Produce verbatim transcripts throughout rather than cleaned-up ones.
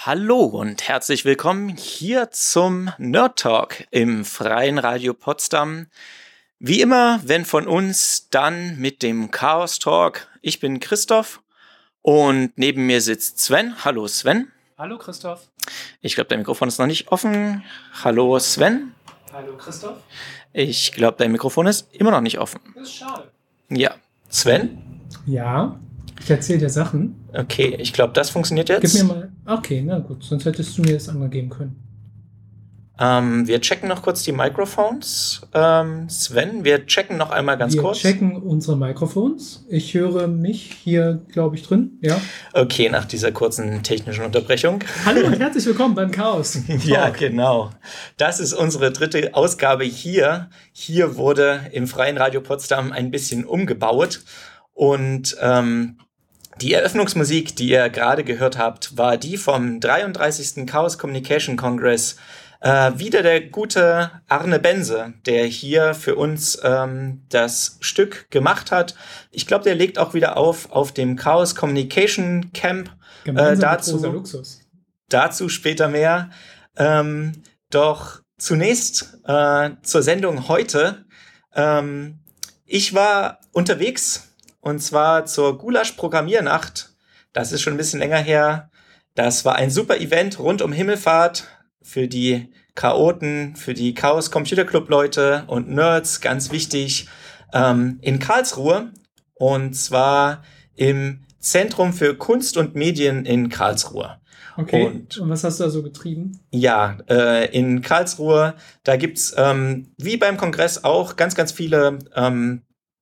Hallo und herzlich willkommen hier zum Nerd Talk im Freien Radio Potsdam. Wie immer, wenn von uns, dann mit dem Chaos Talk. Ich bin Christoph und neben mir sitzt Sven. Hallo Sven. Hallo Christoph. Ich glaube, dein Mikrofon ist noch nicht offen. Hallo Sven. Hallo Christoph. Ich glaube, dein Mikrofon ist immer noch nicht offen. Das ist schade. Ja. Sven? Ja, ich erzähle dir Sachen. Okay, ich glaube, das funktioniert jetzt. Gib mir mal... Okay, na gut, sonst hättest du mir das andere geben können. Ähm, wir checken noch kurz die Mikrofons. Ähm, Sven, wir checken noch einmal ganz wir kurz. Wir checken unsere Mikrofons. Ich höre mich hier, glaube ich, drin. Ja. Okay, nach dieser kurzen technischen Unterbrechung. Hallo und herzlich willkommen beim Chaos. Ja, genau. Das ist unsere dritte Ausgabe hier. Hier wurde im Freien Radio Potsdam ein bisschen umgebaut. Und ähm, die Eröffnungsmusik, die ihr gerade gehört habt, war die vom dreiunddreißigsten Chaos Communication Congress. Äh, wieder der gute Arne Bense, der hier für uns ähm, das Stück gemacht hat. Ich glaube, der legt auch wieder auf auf dem Chaos Communication Camp. Äh, dazu, Luxus. dazu später mehr. Ähm, doch zunächst äh, zur Sendung heute. Ähm, ich war unterwegs. Und zwar zur Gulasch-Programmiernacht. Das ist schon ein bisschen länger her. Das war ein super Event rund um Himmelfahrt für die Chaoten, für die Chaos Computer Club Leute und Nerds, ganz wichtig, ähm, in Karlsruhe. Und zwar im Zentrum für Kunst und Medien in Karlsruhe. Okay, und, und was hast du da so getrieben? Ja, äh, in Karlsruhe, da gibt's ähm, wie beim Kongress auch ganz, ganz viele ähm,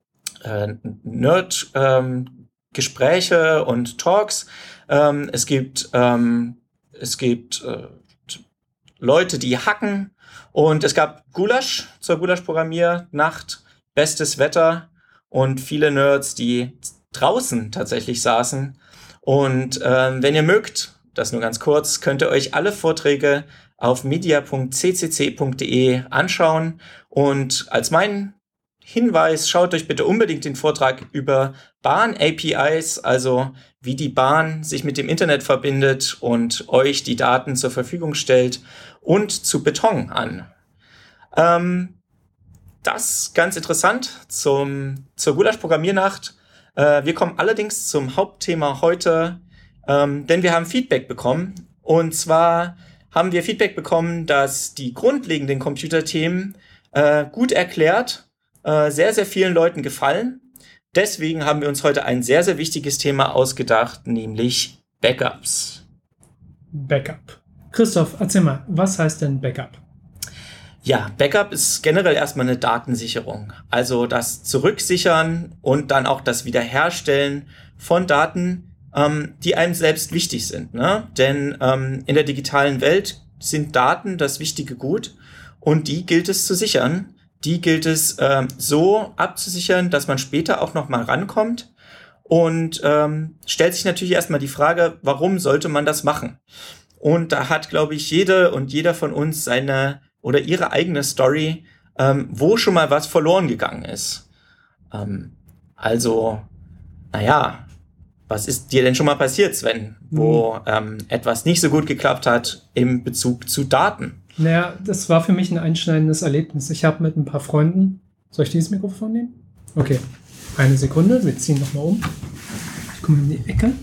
Nerd-Gespräche ähm, und Talks. Ähm, es gibt, ähm, es gibt äh, Leute, die hacken. Und es gab Gulasch zur Gulasch-Programmiernacht. Bestes Wetter und viele Nerds, die draußen tatsächlich saßen. Und ähm, wenn ihr mögt, das nur ganz kurz, könnt ihr euch alle Vorträge auf media punkt c c c punkt d e anschauen. Und als mein Hinweis, schaut euch bitte unbedingt den Vortrag über Bahn-A P Is, also wie die Bahn sich mit dem Internet verbindet und euch die Daten zur Verfügung stellt, und zu Beton an. Ähm, das ganz interessant zum, zur Gulasch-Programmiernacht. Äh, wir kommen allerdings zum Hauptthema heute, ähm, denn wir haben Feedback bekommen. Und zwar haben wir Feedback bekommen, dass die grundlegenden Computerthemen äh, gut erklärt sehr, sehr vielen Leuten gefallen. Deswegen haben wir uns heute ein sehr, sehr wichtiges Thema ausgedacht, nämlich Backups. Backup. Christoph, erzähl mal, was heißt denn Backup? Ja, Backup ist generell erstmal eine Datensicherung. Also das Zurücksichern und dann auch das Wiederherstellen von Daten, ähm, die einem selbst wichtig sind. Ne? Denn ähm, in der digitalen Welt sind Daten das wichtige Gut und die gilt es zu sichern. Die gilt es ähm, so abzusichern, dass man später auch noch mal rankommt, und ähm, stellt sich natürlich erstmal die Frage, warum sollte man das machen? Und da hat, glaube ich, jede und jeder von uns seine oder ihre eigene Story, ähm, wo schon mal was verloren gegangen ist. Ähm, also, naja, was ist dir denn schon mal passiert, Sven, wo ähm, etwas nicht so gut geklappt hat im Bezug zu Daten? Naja, das war für mich ein einschneidendes Erlebnis. Ich habe mit ein paar Freunden... Soll ich dieses Mikrofon nehmen? Okay, eine Sekunde. Wir ziehen nochmal um. Ich komme in die Ecke.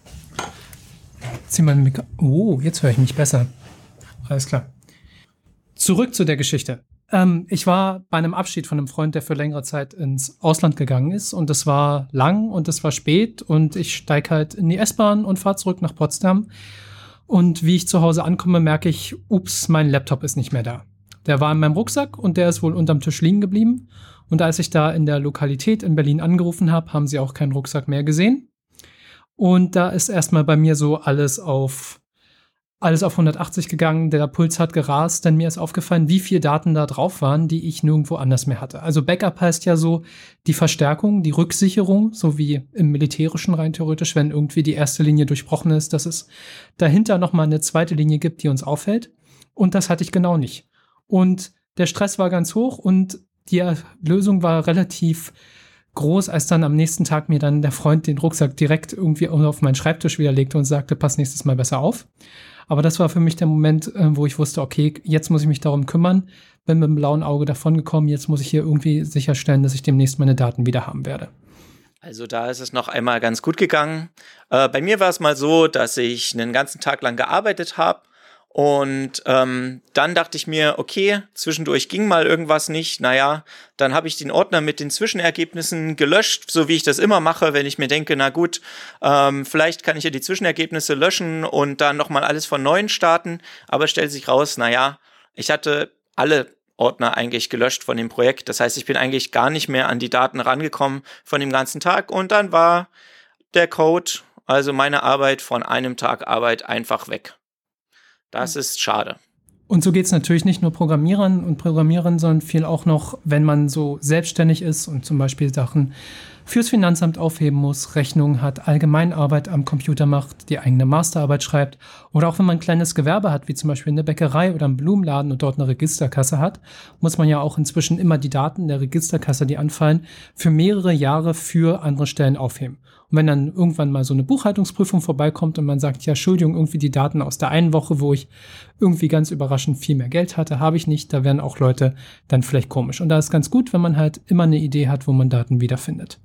Zieh mal ein Mikro... Oh, jetzt höre ich mich besser. Alles klar. Zurück zu der Geschichte. Ähm, ich war bei einem Abschied von einem Freund, der für längere Zeit ins Ausland gegangen ist. Und es war lang und es war spät. Und ich steige halt in die S-Bahn und fahre zurück nach Potsdam. Und wie ich zu Hause ankomme, merke ich, ups, mein Laptop ist nicht mehr da. Der war in meinem Rucksack und der ist wohl unterm Tisch liegen geblieben. Und als ich da in der Lokalität in Berlin angerufen habe, haben sie auch keinen Rucksack mehr gesehen. Und da ist erstmal bei mir so alles auf, alles auf hundertachtzig gegangen. Der Puls hat gerast, denn mir ist aufgefallen, wie viel Daten da drauf waren, die ich nirgendwo anders mehr hatte. Also Backup heißt ja so die Verstärkung, die Rücksicherung, so wie im Militärischen rein theoretisch, wenn irgendwie die erste Linie durchbrochen ist, dass es dahinter nochmal eine zweite Linie gibt, die uns auffällt. Und das hatte ich genau nicht. Und der Stress war ganz hoch und die Lösung war relativ groß, als dann am nächsten Tag mir dann der Freund den Rucksack direkt irgendwie auf meinen Schreibtisch wieder legte und sagte, pass nächstes Mal besser auf. Aber das war für mich der Moment, äh, wo ich wusste, okay, jetzt muss ich mich darum kümmern, bin mit dem blauen Auge davongekommen, jetzt muss ich hier irgendwie sicherstellen, dass ich demnächst meine Daten wieder haben werde. Also da ist es noch einmal ganz gut gegangen. Äh, bei mir war es mal so, dass ich einen ganzen Tag lang gearbeitet habe und ähm, dann dachte ich mir, okay, zwischendurch ging mal irgendwas nicht. Naja, dann habe ich den Ordner mit den Zwischenergebnissen gelöscht, so wie ich das immer mache, wenn ich mir denke, na gut, ähm, vielleicht kann ich ja die Zwischenergebnisse löschen und dann nochmal alles von neuem starten. Aber stellt sich raus, naja, ich hatte alle Ordner eigentlich gelöscht von dem Projekt. Das heißt, ich bin eigentlich gar nicht mehr an die Daten rangekommen von dem ganzen Tag und dann war der Code, also meine Arbeit von einem Tag Arbeit einfach weg. Das ist schade. Und so geht es natürlich nicht nur Programmierern und Programmierern, sondern viel auch noch, wenn man so selbstständig ist und zum Beispiel Sachen fürs Finanzamt aufheben muss, Rechnungen hat, Allgemeinarbeit am Computer macht, die eigene Masterarbeit schreibt oder auch wenn man ein kleines Gewerbe hat, wie zum Beispiel eine Bäckerei oder einen Blumenladen und dort eine Registerkasse hat, muss man ja auch inzwischen immer die Daten der Registerkasse, die anfallen, für mehrere Jahre für andere Stellen aufheben. Und wenn dann irgendwann mal so eine Buchhaltungsprüfung vorbeikommt und man sagt, ja, Entschuldigung, irgendwie die Daten aus der einen Woche, wo ich irgendwie ganz überraschend viel mehr Geld hatte, habe ich nicht, da werden auch Leute dann vielleicht komisch. Und da ist ganz gut, wenn man halt immer eine Idee hat, wo man Daten wiederfindet.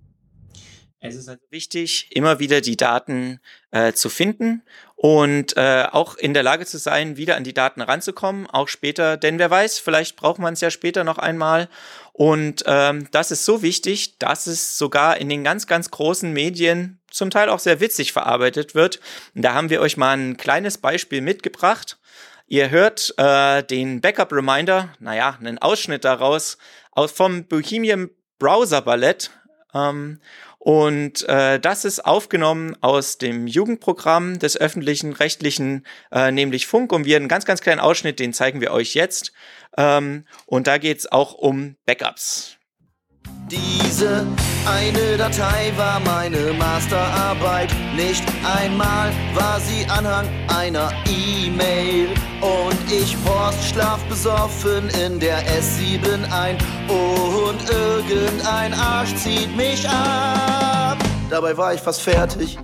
Es ist also wichtig, immer wieder die Daten äh, zu finden und äh, auch in der Lage zu sein, wieder an die Daten ranzukommen, auch später, denn wer weiß, vielleicht braucht man es ja später noch einmal und ähm, das ist so wichtig, dass es sogar in den ganz, ganz großen Medien zum Teil auch sehr witzig verarbeitet wird. Und da haben wir euch mal ein kleines Beispiel mitgebracht. Ihr hört äh, den Backup Reminder, naja, einen Ausschnitt daraus aus vom Bohemian Browser Ballett. Ähm, Und äh, das ist aufgenommen aus dem Jugendprogramm des öffentlichen Rechtlichen, äh, nämlich Funk. Und wir einen ganz, ganz kleinen Ausschnitt, den zeigen wir euch jetzt. Ähm, und da geht's auch um Backups. Diese eine Datei war meine Masterarbeit. Nicht einmal war sie Anhang einer E-Mail. Und ich horst schlafbesoffen in der S sieben ein. Und irgendein Arsch zieht mich ab. Dabei war ich fast fertig.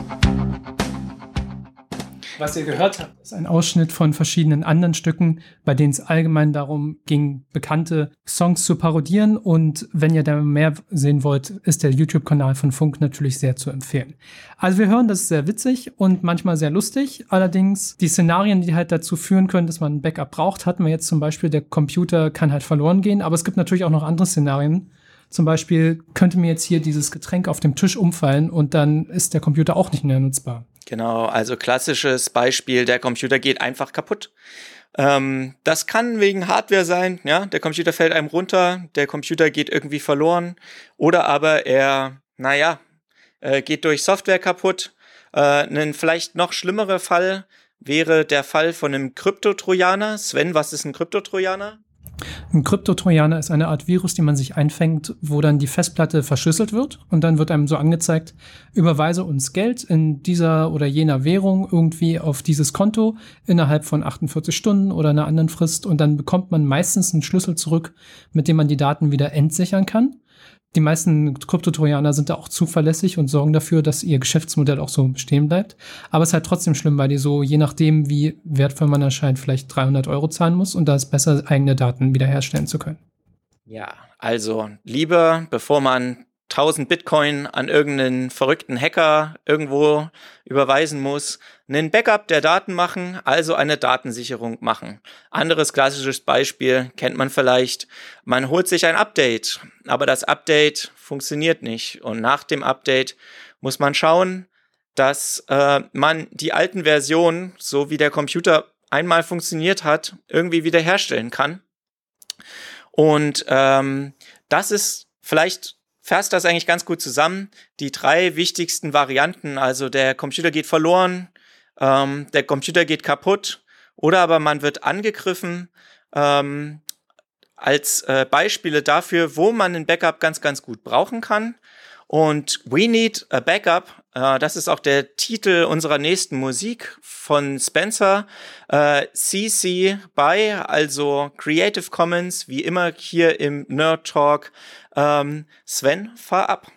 Was ihr gehört habt, ist ein Ausschnitt von verschiedenen anderen Stücken, bei denen es allgemein darum ging, bekannte Songs zu parodieren. Und wenn ihr da mehr sehen wollt, ist der YouTube-Kanal von Funk natürlich sehr zu empfehlen. Also wir hören, das ist sehr witzig und manchmal sehr lustig. Allerdings die Szenarien, die halt dazu führen können, dass man ein Backup braucht, hatten wir jetzt zum Beispiel, der Computer kann halt verloren gehen. Aber es gibt natürlich auch noch andere Szenarien. Zum Beispiel könnte mir jetzt hier dieses Getränk auf dem Tisch umfallen und dann ist der Computer auch nicht mehr nutzbar. Genau, also klassisches Beispiel, der Computer geht einfach kaputt. Ähm, das kann wegen Hardware sein, ja, der Computer fällt einem runter, der Computer geht irgendwie verloren oder aber er, naja, äh, geht durch Software kaputt. Äh, ein vielleicht noch schlimmerer Fall wäre der Fall von einem Kryptotrojaner. Sven, was ist ein Kryptotrojaner? Ein Kryptotrojaner ist eine Art Virus, die man sich einfängt, wo dann die Festplatte verschlüsselt wird und dann wird einem so angezeigt, überweise uns Geld in dieser oder jener Währung irgendwie auf dieses Konto innerhalb von achtundvierzig Stunden oder einer anderen Frist und dann bekommt man meistens einen Schlüssel zurück, mit dem man die Daten wieder entsichern kann. Die meisten Kryptotrojaner sind da auch zuverlässig und sorgen dafür, dass ihr Geschäftsmodell auch so bestehen bleibt. Aber es ist halt trotzdem schlimm, weil die so, je nachdem, wie wertvoll man erscheint, vielleicht dreihundert Euro zahlen muss und da ist besser, eigene Daten wiederherstellen zu können. Ja, also lieber, bevor man tausend Bitcoin an irgendeinen verrückten Hacker irgendwo überweisen muss, einen Backup der Daten machen, also eine Datensicherung machen. Anderes klassisches Beispiel kennt man vielleicht, man holt sich ein Update, aber das Update funktioniert nicht und nach dem Update muss man schauen, dass äh, man die alten Versionen, so wie der Computer einmal funktioniert hat, irgendwie wiederherstellen kann. Und ähm, das ist vielleicht fasst das eigentlich ganz gut zusammen. Die drei wichtigsten Varianten, also der Computer geht verloren, ähm, der Computer geht kaputt oder aber man wird angegriffen, ähm, als äh, Beispiele dafür, wo man ein Backup ganz, ganz gut brauchen kann. Und We Need a Backup, äh, das ist auch der Titel unserer nächsten Musik von Spencer, äh, C C BY, also Creative Commons, wie immer hier im Nerd Talk. Ähm, Sven, fahr ab.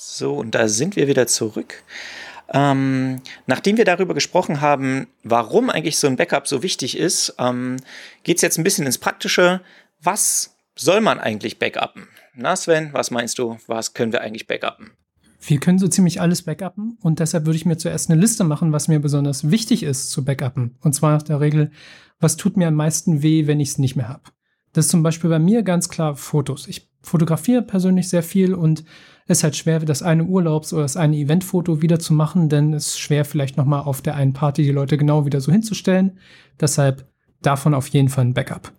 So, und da sind wir wieder zurück. Ähm, nachdem wir darüber gesprochen haben, warum eigentlich so ein Backup so wichtig ist, ähm, geht es jetzt ein bisschen ins Praktische. Was soll man eigentlich backuppen? Na Sven, was meinst du, was können wir eigentlich backuppen? Wir können so ziemlich alles backuppen und deshalb würde ich mir zuerst eine Liste machen, was mir besonders wichtig ist zu backuppen. Und zwar nach der Regel, was tut mir am meisten weh, wenn ich es nicht mehr habe. Das ist zum Beispiel bei mir ganz klar Fotos. Ich fotografiere persönlich sehr viel und es ist halt schwer, das eine Urlaubs- oder das eine Eventfoto wieder zu machen, denn es ist schwer, vielleicht nochmal auf der einen Party die Leute genau wieder so hinzustellen. Deshalb davon auf jeden Fall ein Backup.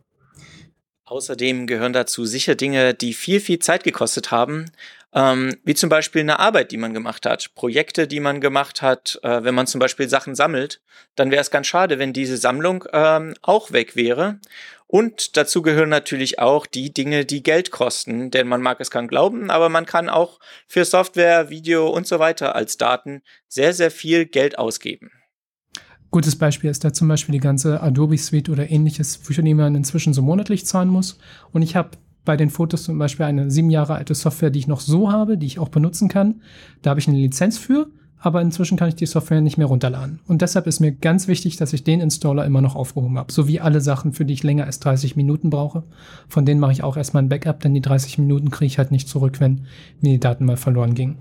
Außerdem gehören dazu sicher Dinge, die viel, viel Zeit gekostet haben, ähm, wie zum Beispiel eine Arbeit, die man gemacht hat, Projekte, die man gemacht hat. Äh, wenn man zum Beispiel Sachen sammelt, dann wäre es ganz schade, wenn diese Sammlung ähm, auch weg wäre. Und dazu gehören natürlich auch die Dinge, die Geld kosten, denn man mag es kaum glauben, aber man kann auch für Software, Video und so weiter als Daten sehr, sehr viel Geld ausgeben. Gutes Beispiel ist da zum Beispiel die ganze Adobe Suite oder ähnliches, für die man inzwischen so monatlich zahlen muss. Und ich habe bei den Fotos zum Beispiel eine sieben Jahre alte Software, die ich noch so habe, die ich auch benutzen kann. Da habe ich eine Lizenz für, aber inzwischen kann ich die Software nicht mehr runterladen. Und deshalb ist mir ganz wichtig, dass ich den Installer immer noch aufgehoben habe. So wie alle Sachen, für die ich länger als dreißig Minuten brauche. Von denen mache ich auch erstmal ein Backup, denn die dreißig Minuten kriege ich halt nicht zurück, wenn mir die Daten mal verloren gingen.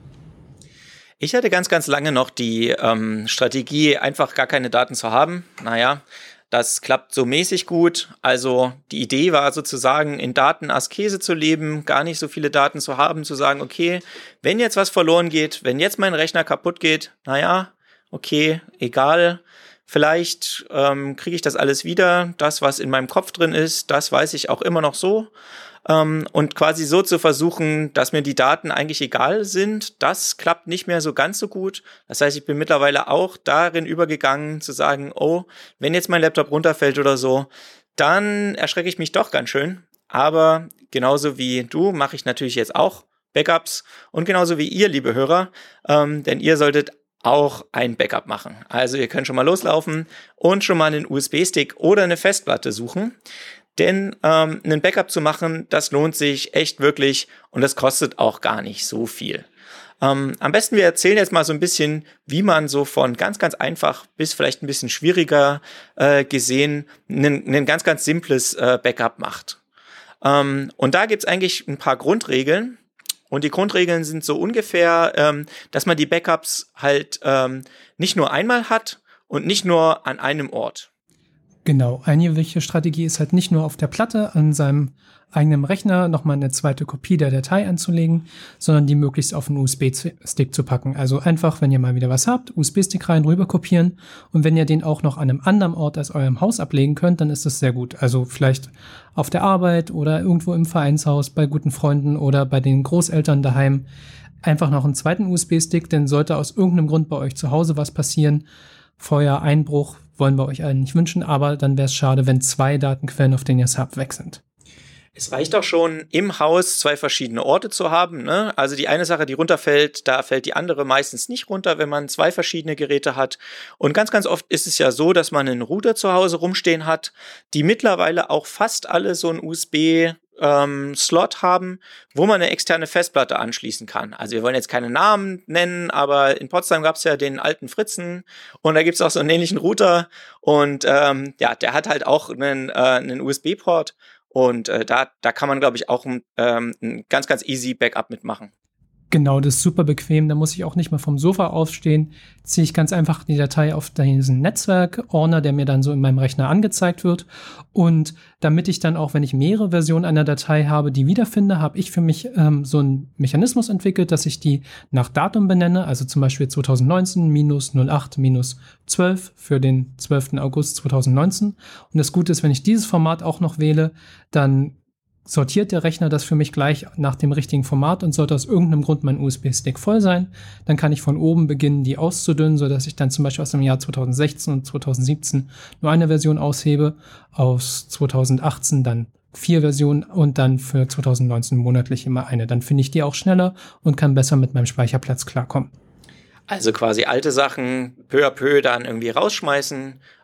Ich hatte ganz, ganz lange noch die ähm, Strategie, einfach gar keine Daten zu haben. Naja, das klappt so mäßig gut. Also die Idee war sozusagen, in Datenaskese zu leben, gar nicht so viele Daten zu haben, zu sagen, okay, wenn jetzt was verloren geht, wenn jetzt mein Rechner kaputt geht, naja, okay, egal. Vielleicht ähm, kriege ich das alles wieder. Das, was in meinem Kopf drin ist, das weiß ich auch immer noch so. Um, und quasi so zu versuchen, dass mir die Daten eigentlich egal sind, das klappt nicht mehr so ganz so gut. Das heißt, ich bin mittlerweile auch darin übergegangen, zu sagen, oh, wenn jetzt mein Laptop runterfällt oder so, dann erschrecke ich mich doch ganz schön. Aber genauso wie du mache ich natürlich jetzt auch Backups und genauso wie ihr, liebe Hörer, ähm, denn ihr solltet auch ein Backup machen. Also ihr könnt schon mal loslaufen und schon mal einen U S B-Stick oder eine Festplatte suchen. Denn ähm, einen Backup zu machen, das lohnt sich echt wirklich und das kostet auch gar nicht so viel. Ähm, am besten wir erzählen jetzt mal so ein bisschen, wie man so von ganz, ganz einfach bis vielleicht ein bisschen schwieriger äh, gesehen ein ganz, ganz simples äh, Backup macht. Ähm, und da gibt's eigentlich ein paar Grundregeln. Und die Grundregeln sind so ungefähr, ähm, dass man die Backups halt ähm, nicht nur einmal hat und nicht nur an einem Ort. Genau, eine wichtige Strategie ist halt nicht nur auf der Platte an seinem eigenen Rechner nochmal eine zweite Kopie der Datei anzulegen, sondern die möglichst auf einen U S B-Stick zu packen. Also einfach, wenn ihr mal wieder was habt, U S B-Stick rein, rüber kopieren und wenn ihr den auch noch an einem anderen Ort als eurem Haus ablegen könnt, dann ist das sehr gut. Also vielleicht auf der Arbeit oder irgendwo im Vereinshaus, bei guten Freunden oder bei den Großeltern daheim. Einfach noch einen zweiten U S B-Stick, denn sollte aus irgendeinem Grund bei euch zu Hause was passieren, Feuer, Einbruch, wollen wir euch allen nicht wünschen, aber dann wäre es schade, wenn zwei Datenquellen, auf denen ihr es habt, weg sind. Es reicht auch schon, im Haus zwei verschiedene Orte zu haben, ne? Also die eine Sache, die runterfällt, da fällt die andere meistens nicht runter, wenn man zwei verschiedene Geräte hat. Und ganz, ganz oft ist es ja so, dass man einen Router zu Hause rumstehen hat, die mittlerweile auch fast alle so ein U S B Ähm, Slot haben, wo man eine externe Festplatte anschließen kann. Also wir wollen jetzt keine Namen nennen, aber in Potsdam gab es ja den alten Fritzen und da gibt es auch so einen ähnlichen Router und ähm, ja, der hat halt auch einen, äh, einen U S B-Port und äh, da, da kann man, glaube ich, auch ähm, ein ganz, ganz easy Backup mitmachen. Genau, das ist super bequem. Da muss ich auch nicht mal vom Sofa aufstehen. Ziehe ich ganz einfach die Datei auf diesen Netzwerk-Ordner, der mir dann so in meinem Rechner angezeigt wird. Und damit ich dann auch, wenn ich mehrere Versionen einer Datei habe, die wiederfinde, habe ich für mich ähm, so einen Mechanismus entwickelt, dass ich die nach Datum benenne. Also zum Beispiel zwanzig neunzehn minus null acht minus zwölf für den zwölften August zweitausendneunzehn. Und das Gute ist, wenn ich dieses Format auch noch wähle, dann sortiert der Rechner das für mich gleich nach dem richtigen Format und sollte aus irgendeinem Grund mein U S B-Stick voll sein, dann kann ich von oben beginnen, die auszudünnen, sodass ich dann zum Beispiel aus dem Jahr zweitausendsechzehn und zweitausendsiebzehn nur eine Version aushebe, aus zweitausendachtzehn dann vier Versionen und dann für zweitausendneunzehn monatlich immer eine. Dann finde ich die auch schneller und kann besser mit meinem Speicherplatz klarkommen. Also quasi alte Sachen peu à peu dann irgendwie rausschmeißen,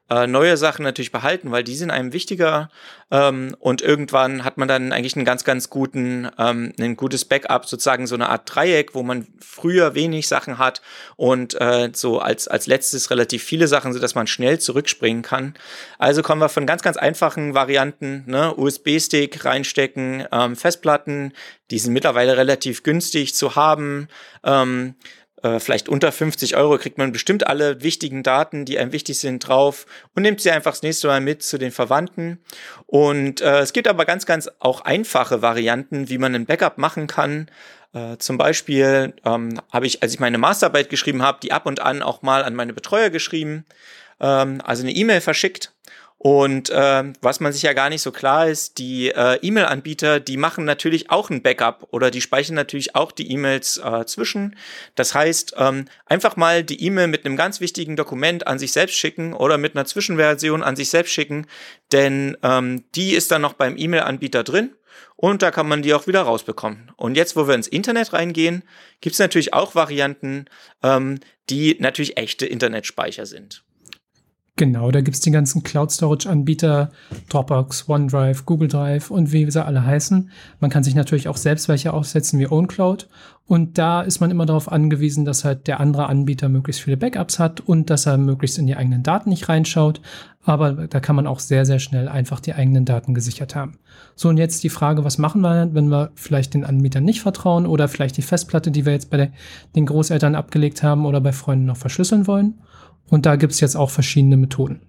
äh, neue Sachen natürlich behalten, weil die sind einem wichtiger. Ähm, und irgendwann hat man dann eigentlich einen ganz, ganz guten, ähm, ein gutes Backup, sozusagen so eine Art Dreieck, wo man früher wenig Sachen hat und äh, so als, als letztes relativ viele Sachen, sodass man schnell zurückspringen kann. Also kommen wir von ganz, ganz einfachen Varianten, ne? U S B-Stick reinstecken, ähm, Festplatten, die sind mittlerweile relativ günstig zu haben, ähm, Äh, vielleicht unter fünfzig Euro kriegt man bestimmt alle wichtigen Daten, die einem wichtig sind, drauf und nimmt sie einfach das nächste Mal mit zu den Verwandten. Und äh, es gibt aber ganz, ganz auch einfache Varianten, wie man ein Backup machen kann. Äh, zum Beispiel ähm, habe ich, als ich meine Masterarbeit geschrieben habe, die ab und an auch mal an meine Betreuer geschrieben, ähm, also eine E-Mail verschickt. Und äh, was man sich ja gar nicht so klar ist, die äh, E-Mail-Anbieter, die machen natürlich auch ein Backup oder die speichern natürlich auch die E-Mails äh, zwischen. Das heißt, ähm, einfach mal die E-Mail mit einem ganz wichtigen Dokument an sich selbst schicken oder mit einer Zwischenversion an sich selbst schicken, denn ähm, die ist dann noch beim E-Mail-Anbieter drin und da kann man die auch wieder rausbekommen. Und jetzt, wo wir ins Internet reingehen, gibt es natürlich auch Varianten, ähm, die natürlich echte Internetspeicher sind. Genau, da gibt's die ganzen Cloud-Storage-Anbieter, Dropbox, OneDrive, Google Drive und wie sie alle heißen. Man kann sich natürlich auch selbst welche aufsetzen wie OwnCloud. Und da ist man immer darauf angewiesen, dass halt der andere Anbieter möglichst viele Backups hat und dass er möglichst in die eigenen Daten nicht reinschaut. Aber da kann man auch sehr, sehr schnell einfach die eigenen Daten gesichert haben. So, und jetzt die Frage, was machen wir, wenn wir vielleicht den Anbietern nicht vertrauen oder vielleicht die Festplatte, die wir jetzt bei der, den Großeltern abgelegt haben oder bei Freunden noch verschlüsseln wollen? Und da gibt es jetzt auch verschiedene Methoden.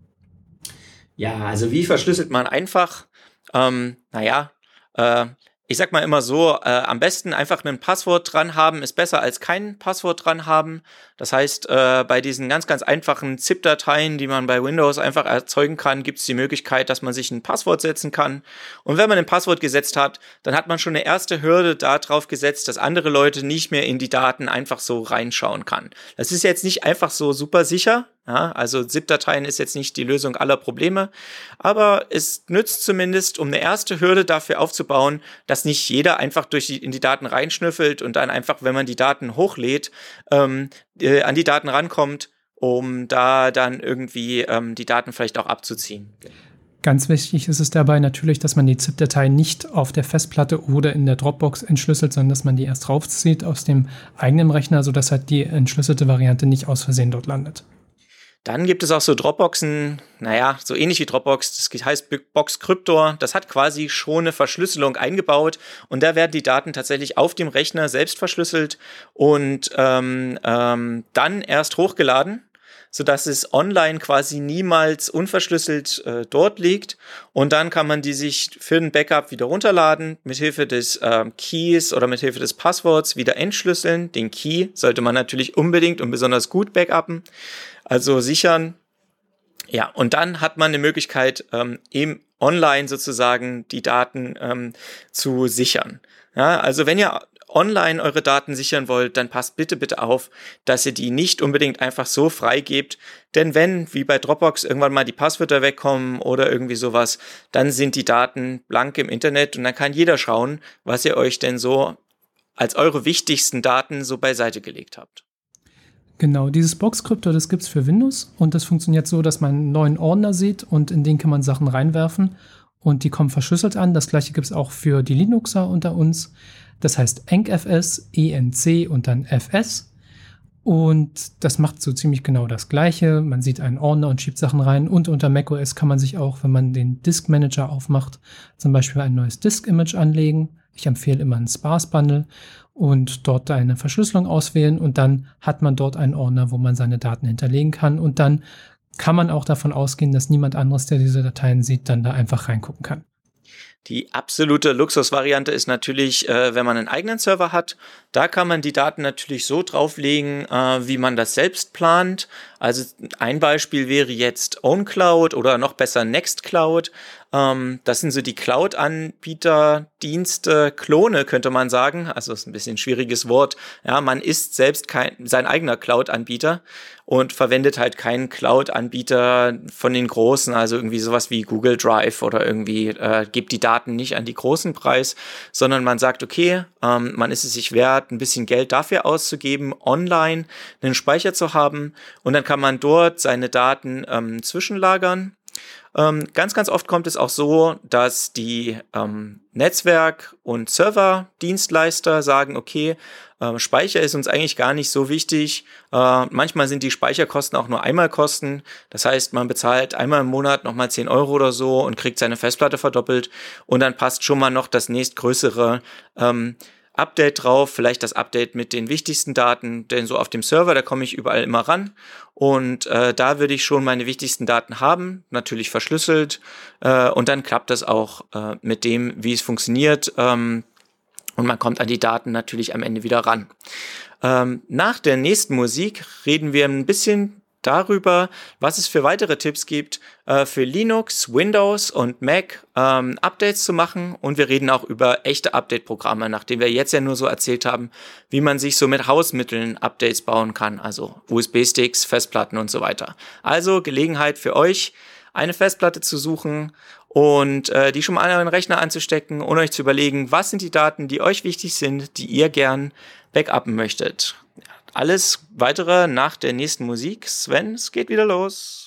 Ja, also wie verschlüsselt man einfach? Ähm, naja, äh, ich sag mal immer so, äh, am besten einfach ein Passwort dran haben, ist besser als kein Passwort dran haben. Das heißt, äh, bei diesen ganz, ganz einfachen ZIP-Dateien, die man bei Windows einfach erzeugen kann, gibt es die Möglichkeit, dass man sich ein Passwort setzen kann. Und wenn man ein Passwort gesetzt hat, dann hat man schon eine erste Hürde darauf gesetzt, dass andere Leute nicht mehr in die Daten einfach so reinschauen kann. Das ist jetzt nicht einfach so super sicher. Ja, also ZIP-Dateien ist jetzt nicht die Lösung aller Probleme, aber es nützt zumindest, um eine erste Hürde dafür aufzubauen, dass nicht jeder einfach durch die, in die Daten reinschnüffelt und dann einfach, wenn man die Daten hochlädt, ähm, äh, an die Daten rankommt, um da dann irgendwie ähm, die Daten vielleicht auch abzuziehen. Ganz wichtig ist es dabei natürlich, dass man die ZIP-Datei nicht auf der Festplatte oder in der Dropbox entschlüsselt, sondern dass man die erst raufzieht aus dem eigenen Rechner, sodass halt die entschlüsselte Variante nicht aus Versehen dort landet. Dann gibt es auch so Dropboxen, naja, so ähnlich wie Dropbox, das heißt Box Cryptor, das hat quasi schon eine Verschlüsselung eingebaut und da werden die Daten tatsächlich auf dem Rechner selbst verschlüsselt und ähm, ähm, dann erst hochgeladen, sodass es online quasi niemals unverschlüsselt äh, dort liegt und dann kann man die sich für ein Backup wieder runterladen, mithilfe des ähm, Keys oder mithilfe des Passworts wieder entschlüsseln. Den Key sollte man natürlich unbedingt und besonders gut backuppen. Also sichern, ja, und dann hat man eine Möglichkeit, ähm, eben online sozusagen die Daten ähm, zu sichern. Ja, also wenn ihr online eure Daten sichern wollt, dann passt bitte, bitte auf, dass ihr die nicht unbedingt einfach so freigebt, denn wenn, wie bei Dropbox, irgendwann mal die Passwörter wegkommen oder irgendwie sowas, dann sind die Daten blank im Internet und dann kann jeder schauen, was ihr euch denn so als eure wichtigsten Daten so beiseite gelegt habt. Genau, dieses Box Cryptor, das gibt's für Windows und das funktioniert so, dass man einen neuen Ordner sieht und in den kann man Sachen reinwerfen und die kommen verschlüsselt an. Das gleiche gibt's auch für die Linuxer unter uns. Das heißt EncFS, E N C und dann F S und das macht so ziemlich genau das Gleiche. Man sieht einen Ordner und schiebt Sachen rein und unter macOS kann man sich auch, wenn man den Disk Manager aufmacht, zum Beispiel ein neues Disk-Image anlegen. Ich empfehle immer einen Sparse-Bundle und dort eine Verschlüsselung auswählen und dann hat man dort einen Ordner, wo man seine Daten hinterlegen kann und dann kann man auch davon ausgehen, dass niemand anderes, der diese Dateien sieht, dann da einfach reingucken kann. Die absolute Luxusvariante ist natürlich, äh, wenn man einen eigenen Server hat. Da kann man die Daten natürlich so drauflegen, äh, wie man das selbst plant. Also ein Beispiel wäre jetzt OwnCloud oder noch besser Nextcloud. Ähm, das sind so die Cloud-Anbieter, Dienste, Klone könnte man sagen. Also ist ein bisschen ein schwieriges Wort. Ja, man ist selbst kein, sein eigener Cloud-Anbieter und verwendet halt keinen Cloud-Anbieter von den Großen, also irgendwie sowas wie Google Drive oder irgendwie äh, gibt die Daten nicht an die großen Preis, sondern man sagt, okay, ähm, man ist es sich wert, ein bisschen Geld dafür auszugeben, online einen Speicher zu haben und dann kann man dort seine Daten ähm, zwischenlagern. Ähm, ganz, ganz oft kommt es auch so, dass die ähm, Netzwerk- und Serverdienstleister sagen, okay, äh, Speicher ist uns eigentlich gar nicht so wichtig. Äh, manchmal sind die Speicherkosten auch nur Einmalkosten. Das heißt, man bezahlt einmal im Monat nochmal zehn Euro oder so und kriegt seine Festplatte verdoppelt und dann passt schon mal noch das nächstgrößere ähm, Update drauf, vielleicht das Update mit den wichtigsten Daten, denn so auf dem Server, da komme ich überall immer ran und äh, da würde ich schon meine wichtigsten Daten haben, natürlich verschlüsselt äh, und dann klappt das auch äh, mit dem, wie es funktioniert ähm, und man kommt an die Daten natürlich am Ende wieder ran. Ähm, nach der nächsten Musik reden wir ein bisschen darüber, was es für weitere Tipps gibt, äh, für Linux, Windows und Mac ähm, Updates zu machen. Und wir reden auch über echte Update-Programme, nachdem wir jetzt ja nur so erzählt haben, wie man sich so mit Hausmitteln Updates bauen kann, also U S B-Sticks, Festplatten und so weiter. Also Gelegenheit für euch, eine Festplatte zu suchen und äh, die schon mal an euren Rechner anzustecken und euch zu überlegen, was sind die Daten, die euch wichtig sind, die ihr gern backuppen möchtet. Alles weitere nach der nächsten Musik. Sven, es geht wieder los.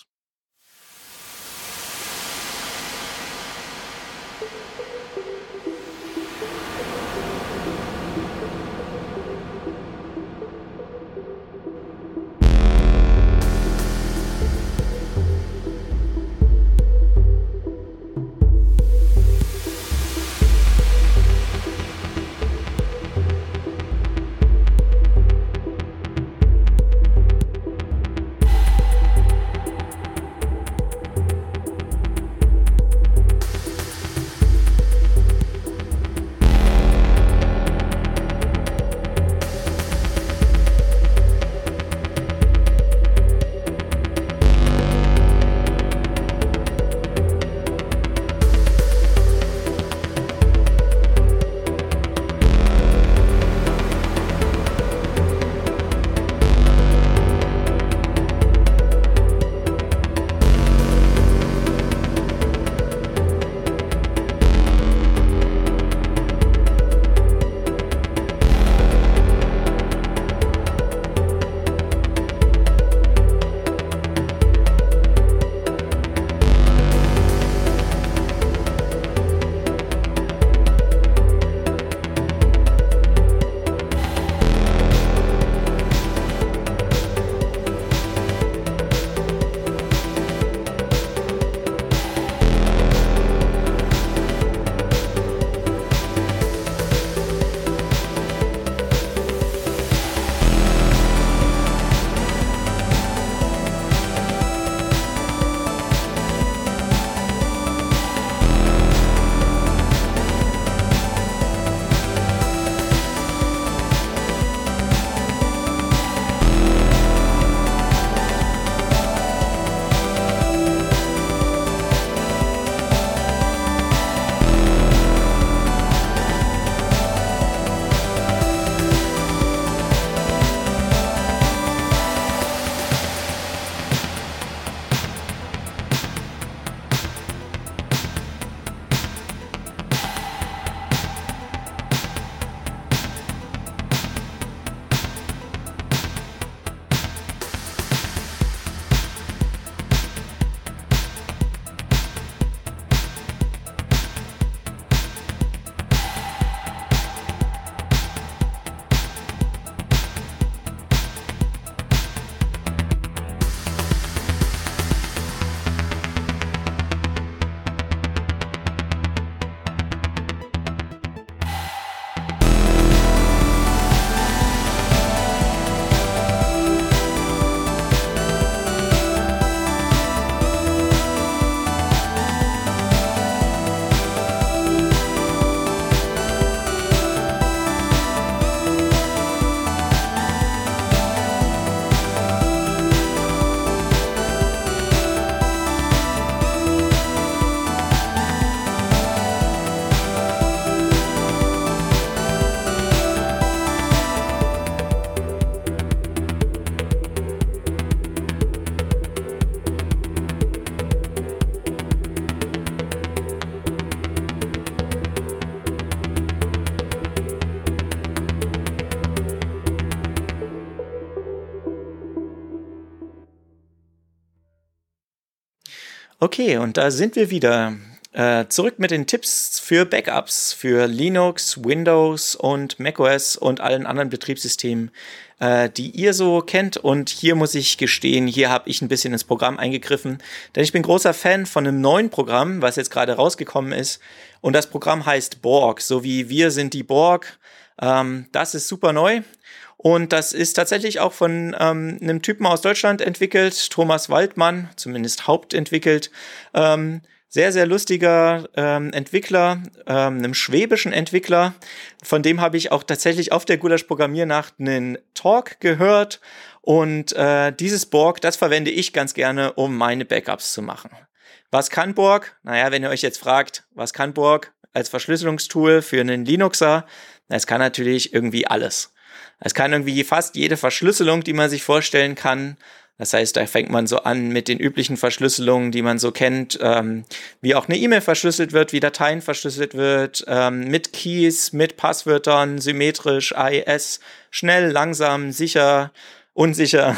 Okay, und da sind wir wieder. Äh, zurück mit den Tipps für Backups für Linux, Windows und macOS und allen anderen Betriebssystemen, äh, die ihr so kennt. Und hier muss ich gestehen, hier habe ich ein bisschen ins Programm eingegriffen, denn ich bin großer Fan von einem neuen Programm, was jetzt gerade rausgekommen ist. Und das Programm heißt Borg, so wie wir sind die Borg. Ähm, das ist super neu. Und das ist tatsächlich auch von ähm, einem Typen aus Deutschland entwickelt, Thomas Waldmann, zumindest hauptentwickelt. Ähm, Sehr, sehr lustiger ähm, Entwickler, ähm, einem schwäbischen Entwickler. Von dem habe ich auch tatsächlich auf der Gulasch-Programmiernacht einen Talk gehört. Und äh, dieses Borg, das verwende ich ganz gerne, um meine Backups zu machen. Was kann Borg? Naja, wenn ihr euch jetzt fragt, was kann Borg als Verschlüsselungstool für einen Linuxer? Es kann natürlich irgendwie alles. Es kann irgendwie fast jede Verschlüsselung, die man sich vorstellen kann. Das heißt, da fängt man so an mit den üblichen Verschlüsselungen, die man so kennt, ähm, wie auch eine E-Mail verschlüsselt wird, wie Dateien verschlüsselt wird, ähm, mit Keys, mit Passwörtern, symmetrisch, A E S, schnell, langsam, sicher, unsicher.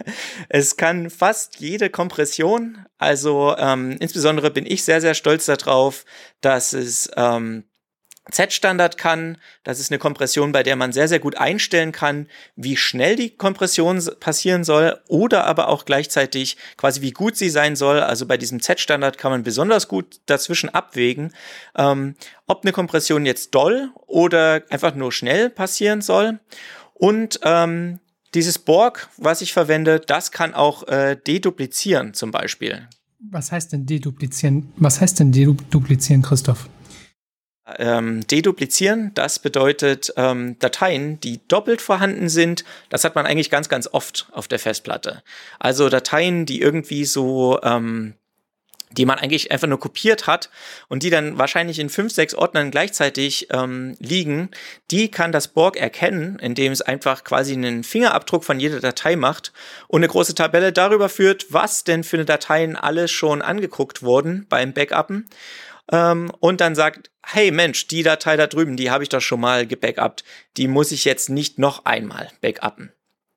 Es kann fast jede Kompression. Also ähm, insbesondere bin ich sehr, sehr stolz darauf, dass es ähm, Z-Standard kann. Das ist eine Kompression, bei der man sehr, sehr gut einstellen kann, wie schnell die Kompression passieren soll oder aber auch gleichzeitig quasi wie gut sie sein soll. Also bei diesem Z-Standard kann man besonders gut dazwischen abwägen, ähm, ob eine Kompression jetzt doll oder einfach nur schnell passieren soll. Und ähm, dieses Borg, was ich verwende, das kann auch äh, deduplizieren zum Beispiel. Was heißt denn deduplizieren? Was heißt denn deduplizieren, Christoph? Ähm, deduplizieren, das bedeutet ähm, Dateien, die doppelt vorhanden sind. Das hat man eigentlich ganz, ganz oft auf der Festplatte. Also Dateien, die irgendwie so, ähm, die man eigentlich einfach nur kopiert hat und die dann wahrscheinlich in fünf, sechs Ordnern gleichzeitig ähm, liegen, die kann das Borg erkennen, indem es einfach quasi einen Fingerabdruck von jeder Datei macht und eine große Tabelle darüber führt, was denn für eine Dateien alles schon angeguckt wurden beim Backuppen. Um, und dann sagt, hey Mensch, die Datei da drüben, die habe ich doch schon mal gebackupt, die muss ich jetzt nicht noch einmal backuppen.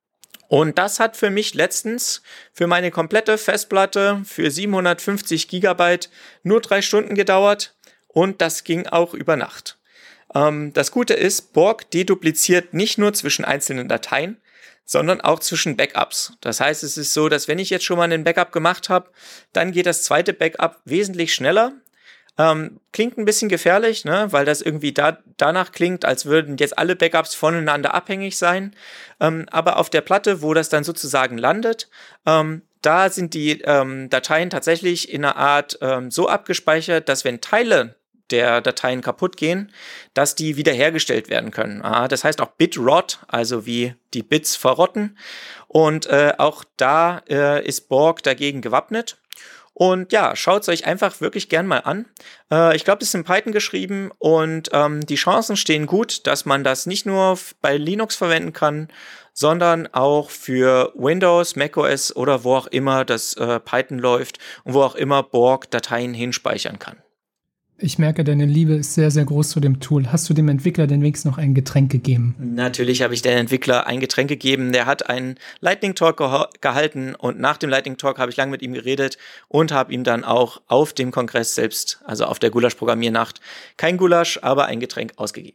Und das hat für mich letztens für meine komplette Festplatte für siebenhundertfünfzig Gigabyte nur drei Stunden gedauert und das ging auch über Nacht. Um, das Gute ist, Borg dedupliziert nicht nur zwischen einzelnen Dateien, sondern auch zwischen Backups. Das heißt, es ist so, dass wenn ich jetzt schon mal einen Backup gemacht habe, dann geht das zweite Backup wesentlich schneller. Ähm, klingt ein bisschen gefährlich, ne? Weil das irgendwie da, danach klingt, als würden jetzt alle Backups voneinander abhängig sein. Ähm, aber auf der Platte, wo das dann sozusagen landet, ähm, da sind die ähm, Dateien tatsächlich in einer Art ähm, so abgespeichert, dass wenn Teile der Dateien kaputt gehen, dass die wiederhergestellt werden können. Ah, das heißt auch Bitrot, also wie die Bits verrotten. Und äh, auch da äh, ist Borg dagegen gewappnet. Und ja, schaut es euch einfach wirklich gern mal an. Äh, ich glaube, das ist in Python geschrieben und ähm, die Chancen stehen gut, dass man das nicht nur bei Linux verwenden kann, sondern auch für Windows, macOS oder wo auch immer das äh, Python läuft und wo auch immer Borg Dateien hinspeichern kann. Ich merke, deine Liebe ist sehr, sehr groß zu dem Tool. Hast du dem Entwickler denn wenigstens noch ein Getränk gegeben? Natürlich habe ich dem Entwickler ein Getränk gegeben. Der hat einen Lightning Talk geha- gehalten und nach dem Lightning Talk habe ich lange mit ihm geredet und habe ihm dann auch auf dem Kongress selbst, also auf der Gulasch-Programmiernacht, kein Gulasch, aber ein Getränk ausgegeben.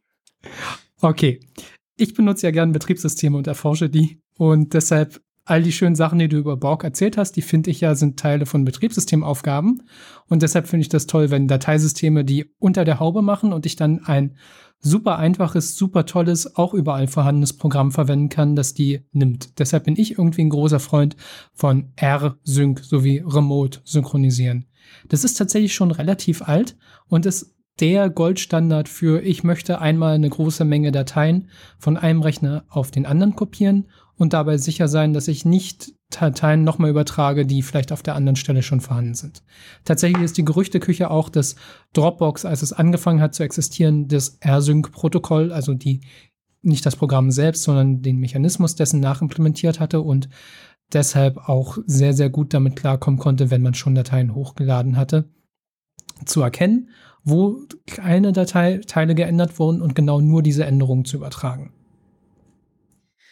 Okay. Ich benutze ja gerne Betriebssysteme und erforsche die und deshalb all die schönen Sachen, die du über Borg erzählt hast, die finde ich ja, sind Teile von Betriebssystemaufgaben. Und deshalb finde ich das toll, wenn Dateisysteme die unter der Haube machen und ich dann ein super einfaches, super tolles, auch überall vorhandenes Programm verwenden kann, das die nimmt. Deshalb bin ich irgendwie ein großer Freund von R-Sync sowie Remote synchronisieren. Das ist tatsächlich schon relativ alt und ist der Goldstandard für, ich möchte einmal eine große Menge Dateien von einem Rechner auf den anderen kopieren und dabei sicher sein, dass ich nicht Dateien nochmal übertrage, die vielleicht auf der anderen Stelle schon vorhanden sind. Tatsächlich ist die Gerüchteküche auch, dass Dropbox, als es angefangen hat zu existieren, das R-Sync-Protokoll, also die nicht das Programm selbst, sondern den Mechanismus dessen nachimplementiert hatte und deshalb auch sehr, sehr gut damit klarkommen konnte, wenn man schon Dateien hochgeladen hatte, zu erkennen, wo keine Dateiteile geändert wurden und genau nur diese Änderungen zu übertragen.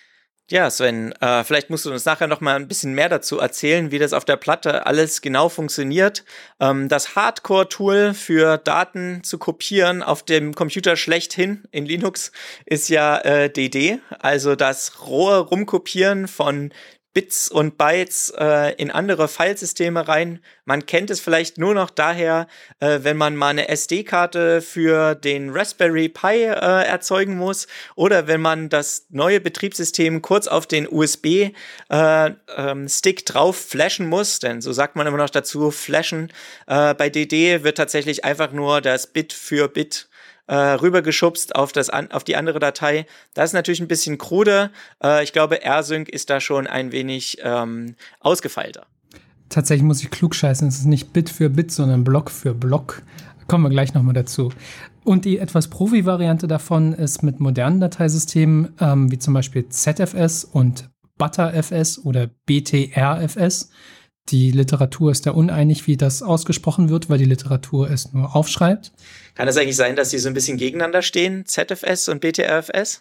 Ja, Sven, äh, vielleicht musst du uns nachher noch mal ein bisschen mehr dazu erzählen, wie das auf der Platte alles genau funktioniert. Ähm, das Hardcore-Tool für Daten zu kopieren auf dem Computer schlechthin in Linux ist ja äh, D D, also das rohe Rumkopieren von Bits und Bytes äh, in andere Filesysteme rein. Man kennt es vielleicht nur noch daher, äh, wenn man mal eine S D-Karte für den Raspberry Pi äh, erzeugen muss oder wenn man das neue Betriebssystem kurz auf den U S B-Stick äh, ähm, drauf flashen muss, denn so sagt man immer noch dazu, flashen. Äh, bei D D wird tatsächlich einfach nur das Bit für Bit Äh, rübergeschubst auf, das an, auf die andere Datei. Das ist natürlich ein bisschen krude. Äh, ich glaube, AirSync ist da schon ein wenig ähm, ausgefeilter. Tatsächlich muss ich klugscheißen. Es ist nicht Bit für Bit, sondern Block für Block. Kommen wir gleich nochmal dazu. Und die etwas Profi-Variante davon ist mit modernen Dateisystemen, ähm, wie zum Beispiel Z F S und ButterFS oder B T R F S. Die Literatur ist da uneinig, wie das ausgesprochen wird, weil die Literatur es nur aufschreibt. Kann es eigentlich sein, dass sie so ein bisschen gegeneinander stehen, Z F S und B T R F S?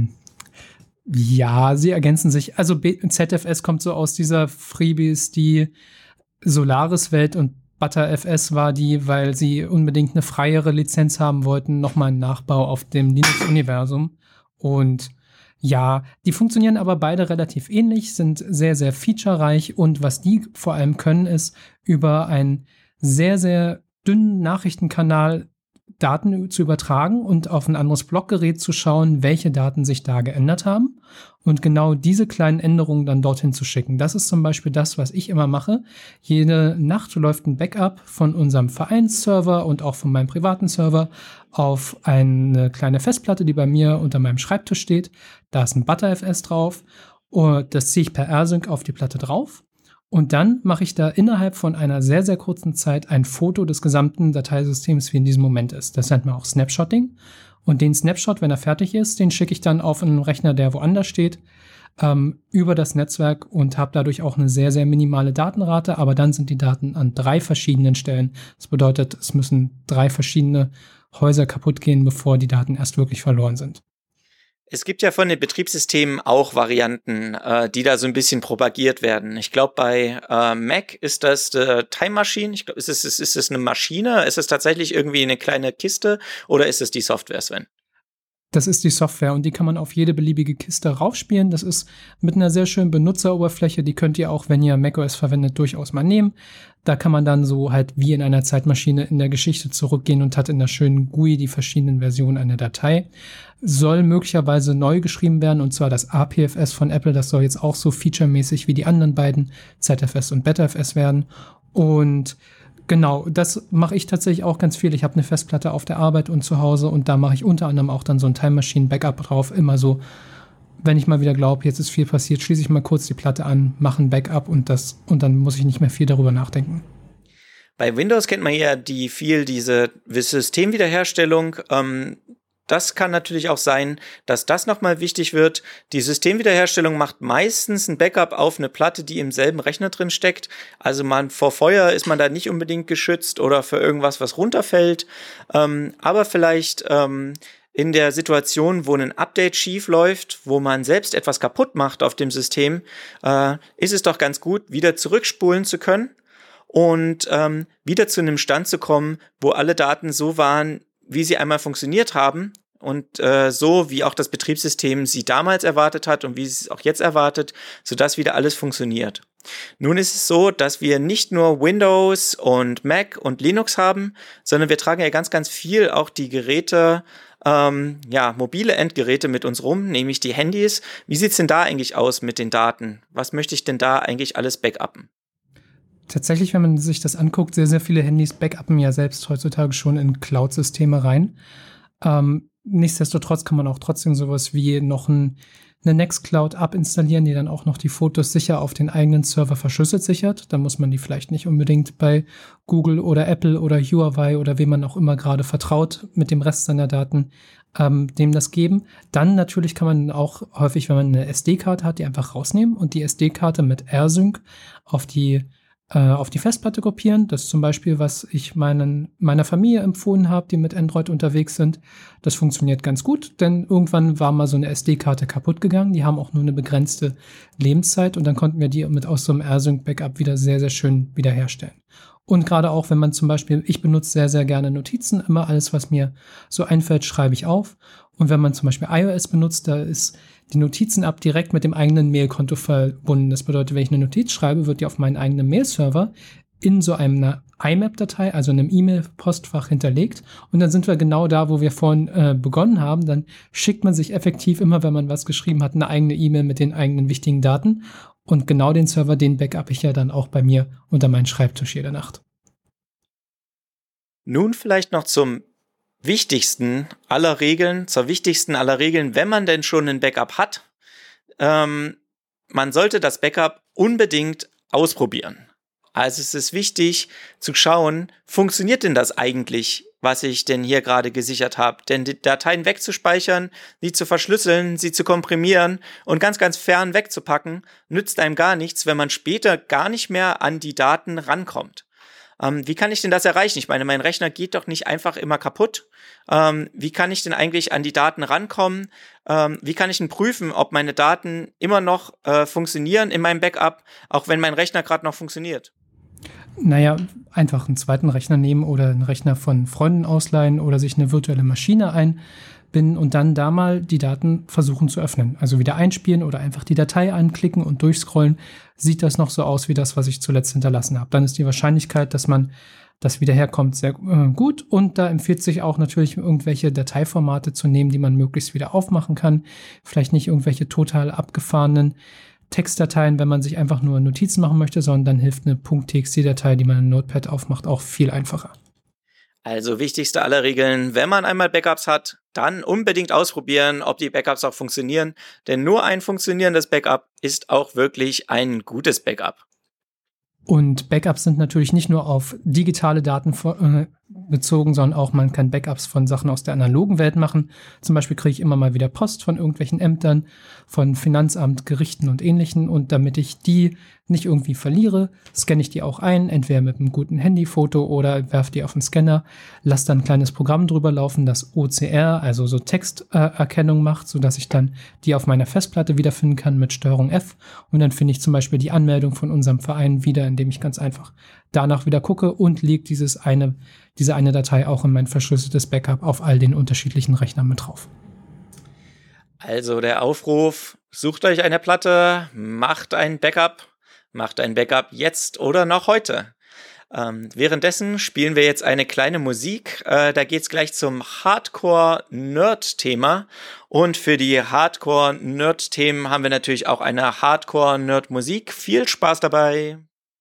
Ja, sie ergänzen sich. Also B- Z F S kommt so aus dieser Freebies, die Solaris-Welt, und ButterFS war die, weil sie unbedingt eine freiere Lizenz haben wollten, nochmal einen Nachbau auf dem Linux-Universum. Und ja, die funktionieren aber beide relativ ähnlich, sind sehr, sehr featurereich, und was die vor allem können, ist über einen sehr, sehr dünnen Nachrichtenkanal Daten zu übertragen und auf ein anderes Blockgerät zu schauen, welche Daten sich da geändert haben, und genau diese kleinen Änderungen dann dorthin zu schicken. Das ist zum Beispiel das, was ich immer mache. Jede Nacht läuft ein Backup von unserem Vereinsserver und auch von meinem privaten Server auf eine kleine Festplatte, die bei mir unter meinem Schreibtisch steht. Da ist ein ButterFS drauf, und das ziehe ich per AirSync auf die Platte drauf. Und dann mache ich da innerhalb von einer sehr, sehr kurzen Zeit ein Foto des gesamten Dateisystems, wie in diesem Moment ist. Das nennt man auch Snapshotting. Und den Snapshot, wenn er fertig ist, den schicke ich dann auf einen Rechner, der woanders steht, ähm, über das Netzwerk, und habe dadurch auch eine sehr, sehr minimale Datenrate. Aber dann sind die Daten an drei verschiedenen Stellen. Das bedeutet, es müssen drei verschiedene Häuser kaputt gehen, bevor die Daten erst wirklich verloren sind. Es gibt ja von den Betriebssystemen auch Varianten, äh, die da so ein bisschen propagiert werden. Ich glaube, bei äh, Mac ist das äh, Time Machine. Ich glaube, ist es, ist, ist es eine Maschine? Ist es tatsächlich irgendwie eine kleine Kiste oder ist es die Software, Sven? Das ist die Software, und die kann man auf jede beliebige Kiste raufspielen. Das ist mit einer sehr schönen Benutzeroberfläche. Die könnt ihr auch, wenn ihr macOS verwendet, durchaus mal nehmen. Da kann man dann so halt wie in einer Zeitmaschine in der Geschichte zurückgehen und hat in der schönen G U I die verschiedenen Versionen einer Datei. Soll möglicherweise neu geschrieben werden, und zwar das A P F S von Apple. Das soll jetzt auch so featuremäßig wie die anderen beiden Z F S und BetterFS werden. Und genau, das mache ich tatsächlich auch ganz viel. Ich habe eine Festplatte auf der Arbeit und zu Hause, und da mache ich unter anderem auch dann so ein Time Machine Backup drauf. Immer so, wenn ich mal wieder glaube, jetzt ist viel passiert, schließe ich mal kurz die Platte an, mache ein Backup, und das, und dann muss ich nicht mehr viel darüber nachdenken. Bei Windows kennt man ja die viel diese Systemwiederherstellung. Ähm, das kann natürlich auch sein, dass das nochmal wichtig wird. Die Systemwiederherstellung macht meistens ein Backup auf eine Platte, die im selben Rechner drin steckt. Also man vor Feuer ist man da nicht unbedingt geschützt oder für irgendwas, was runterfällt. Ähm, aber vielleicht ähm, in der Situation, wo ein Update schief läuft, wo man selbst etwas kaputt macht auf dem System, äh, ist es doch ganz gut, wieder zurückspulen zu können und ähm, wieder zu einem Stand zu kommen, wo alle Daten so waren, wie sie einmal funktioniert haben, und äh, so, wie auch das Betriebssystem sie damals erwartet hat und wie es auch jetzt erwartet, sodass wieder alles funktioniert. Nun ist es so, dass wir nicht nur Windows und Mac und Linux haben, sondern wir tragen ja ganz, ganz viel auch die Geräte, ähm, ja, mobile Endgeräte mit uns rum, nämlich die Handys. Wie sieht's denn da eigentlich aus mit den Daten? Was möchte ich denn da eigentlich alles backuppen? Tatsächlich, wenn man sich das anguckt, sehr, sehr viele Handys backuppen ja selbst heutzutage schon in Cloud-Systeme rein. Ähm, nichtsdestotrotz kann man auch trotzdem sowas wie noch ein, eine Nextcloud-App installieren, die dann auch noch die Fotos sicher auf den eigenen Server verschlüsselt sichert. Da muss man die vielleicht nicht unbedingt bei Google oder Apple oder Huawei oder wem man auch immer gerade vertraut mit dem Rest seiner Daten ähm, dem das geben. Dann natürlich kann man auch häufig, wenn man eine S D-Karte hat, die einfach rausnehmen und die S D-Karte mit AirSync auf die äh, auf die Festplatte kopieren. Das ist zum Beispiel, was ich meinen, meiner Familie empfohlen habe, die mit Android unterwegs sind. Das funktioniert ganz gut, denn irgendwann war mal so eine S D-Karte kaputt gegangen. Die haben auch nur eine begrenzte Lebenszeit und dann konnten wir die mit aus so einem AirSync-Backup wieder sehr, sehr schön wiederherstellen. Und gerade auch, wenn man zum Beispiel, ich benutze sehr, sehr gerne Notizen, immer alles, was mir so einfällt, schreibe ich auf. Und wenn man zum Beispiel iOS benutzt, da ist die Notizen-App direkt mit dem eigenen Mailkonto verbunden. Das bedeutet, wenn ich eine Notiz schreibe, wird die auf meinen eigenen Mail-Server in so einer I M A P-Datei, also in einem E-Mail-Postfach hinterlegt. Und dann sind wir genau da, wo wir vorhin äh, begonnen haben. Dann schickt man sich effektiv immer, wenn man was geschrieben hat, eine eigene E-Mail mit den eigenen wichtigen Daten. Und genau den Server, den backup ich ja dann auch bei mir unter meinen Schreibtisch jede Nacht. Nun vielleicht noch zum wichtigsten aller Regeln, zur wichtigsten aller Regeln, wenn man denn schon ein Backup hat. Ähm, man sollte das Backup unbedingt ausprobieren. Also es ist wichtig zu schauen, funktioniert denn das eigentlich, was ich denn hier gerade gesichert habe? Denn die Dateien wegzuspeichern, sie zu verschlüsseln, sie zu komprimieren und ganz, ganz fern wegzupacken, nützt einem gar nichts, wenn man später gar nicht mehr an die Daten rankommt. Ähm, wie kann ich denn das erreichen? Ich meine, mein Rechner geht doch nicht einfach immer kaputt. Ähm, wie kann ich denn eigentlich an die Daten rankommen? Ähm, wie kann ich denn prüfen, ob meine Daten immer noch äh, funktionieren in meinem Backup, auch wenn mein Rechner gerade noch funktioniert? Naja, einfach einen zweiten Rechner nehmen oder einen Rechner von Freunden ausleihen oder sich eine virtuelle Maschine einbinden und dann da mal die Daten versuchen zu öffnen. Also wieder einspielen oder einfach die Datei anklicken und durchscrollen. Sieht das noch so aus wie das, was ich zuletzt hinterlassen habe? Dann ist die Wahrscheinlichkeit, dass man das wieder herkommt, sehr äh, gut. Und da empfiehlt sich auch natürlich, irgendwelche Dateiformate zu nehmen, die man möglichst wieder aufmachen kann. Vielleicht nicht irgendwelche total abgefahrenen Textdateien, wenn man sich einfach nur Notizen machen möchte, sondern dann hilft eine .txt-Datei, die man in Notepad aufmacht, auch viel einfacher. Also wichtigste aller Regeln, wenn man einmal Backups hat, dann unbedingt ausprobieren, ob die Backups auch funktionieren. Denn nur ein funktionierendes Backup ist auch wirklich ein gutes Backup. Und Backups sind natürlich nicht nur auf digitale Daten äh, bezogen, sondern auch man kann Backups von Sachen aus der analogen Welt machen. Zum Beispiel kriege ich immer mal wieder Post von irgendwelchen Ämtern, von Finanzamt, Gerichten und Ähnlichen. Und damit ich die nicht irgendwie verliere, scanne ich die auch ein, entweder mit einem guten Handyfoto oder werfe die auf den Scanner, lasse dann ein kleines Programm drüber laufen, das O C R, also so Texterkennung macht, sodass ich dann die auf meiner Festplatte wiederfinden kann mit Steuerung F. Und dann finde ich zum Beispiel die Anmeldung von unserem Verein wieder, indem ich ganz einfach danach wieder gucke und lege dieses eine, diese eine Datei auch in mein verschlüsseltes Backup auf all den unterschiedlichen Rechnern mit drauf. Also der Aufruf, sucht euch eine Platte, macht ein Backup, macht ein Backup jetzt oder noch heute. Ähm, währenddessen spielen wir jetzt eine kleine Musik. Äh, da geht's gleich zum Hardcore-Nerd-Thema. Und für die Hardcore-Nerd-Themen haben wir natürlich auch eine Hardcore-Nerd-Musik. Viel Spaß dabei!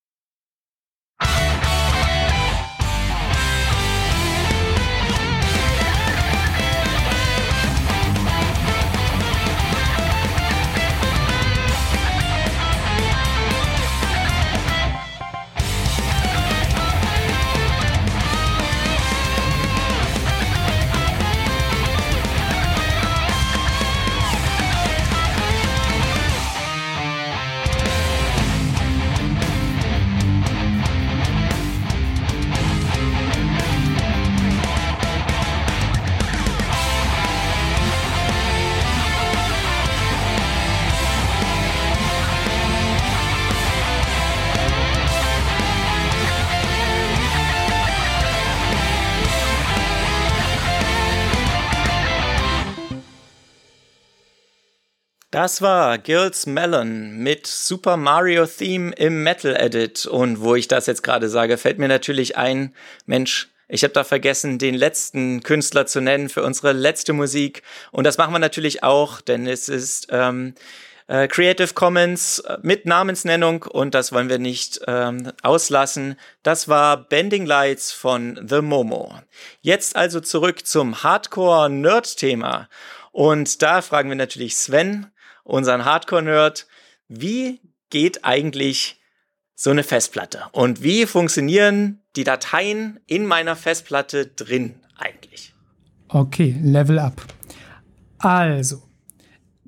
Das war Gil's Melon mit Super Mario Theme im Metal Edit. Und wo ich das jetzt gerade sage, fällt mir natürlich ein, Mensch, ich habe da vergessen, den letzten Künstler zu nennen für unsere letzte Musik. Und das machen wir natürlich auch, denn es ist ähm, äh, Creative Commons mit Namensnennung und das wollen wir nicht ähm, auslassen. Das war Bending Lights von The Momo. Jetzt also zurück zum Hardcore-Nerd-Thema. Und da fragen wir natürlich Sven, unseren Hardcore-Nerd, wie geht eigentlich so eine Festplatte? Und wie funktionieren die Dateien in meiner Festplatte drin eigentlich? Okay, Level up. Also,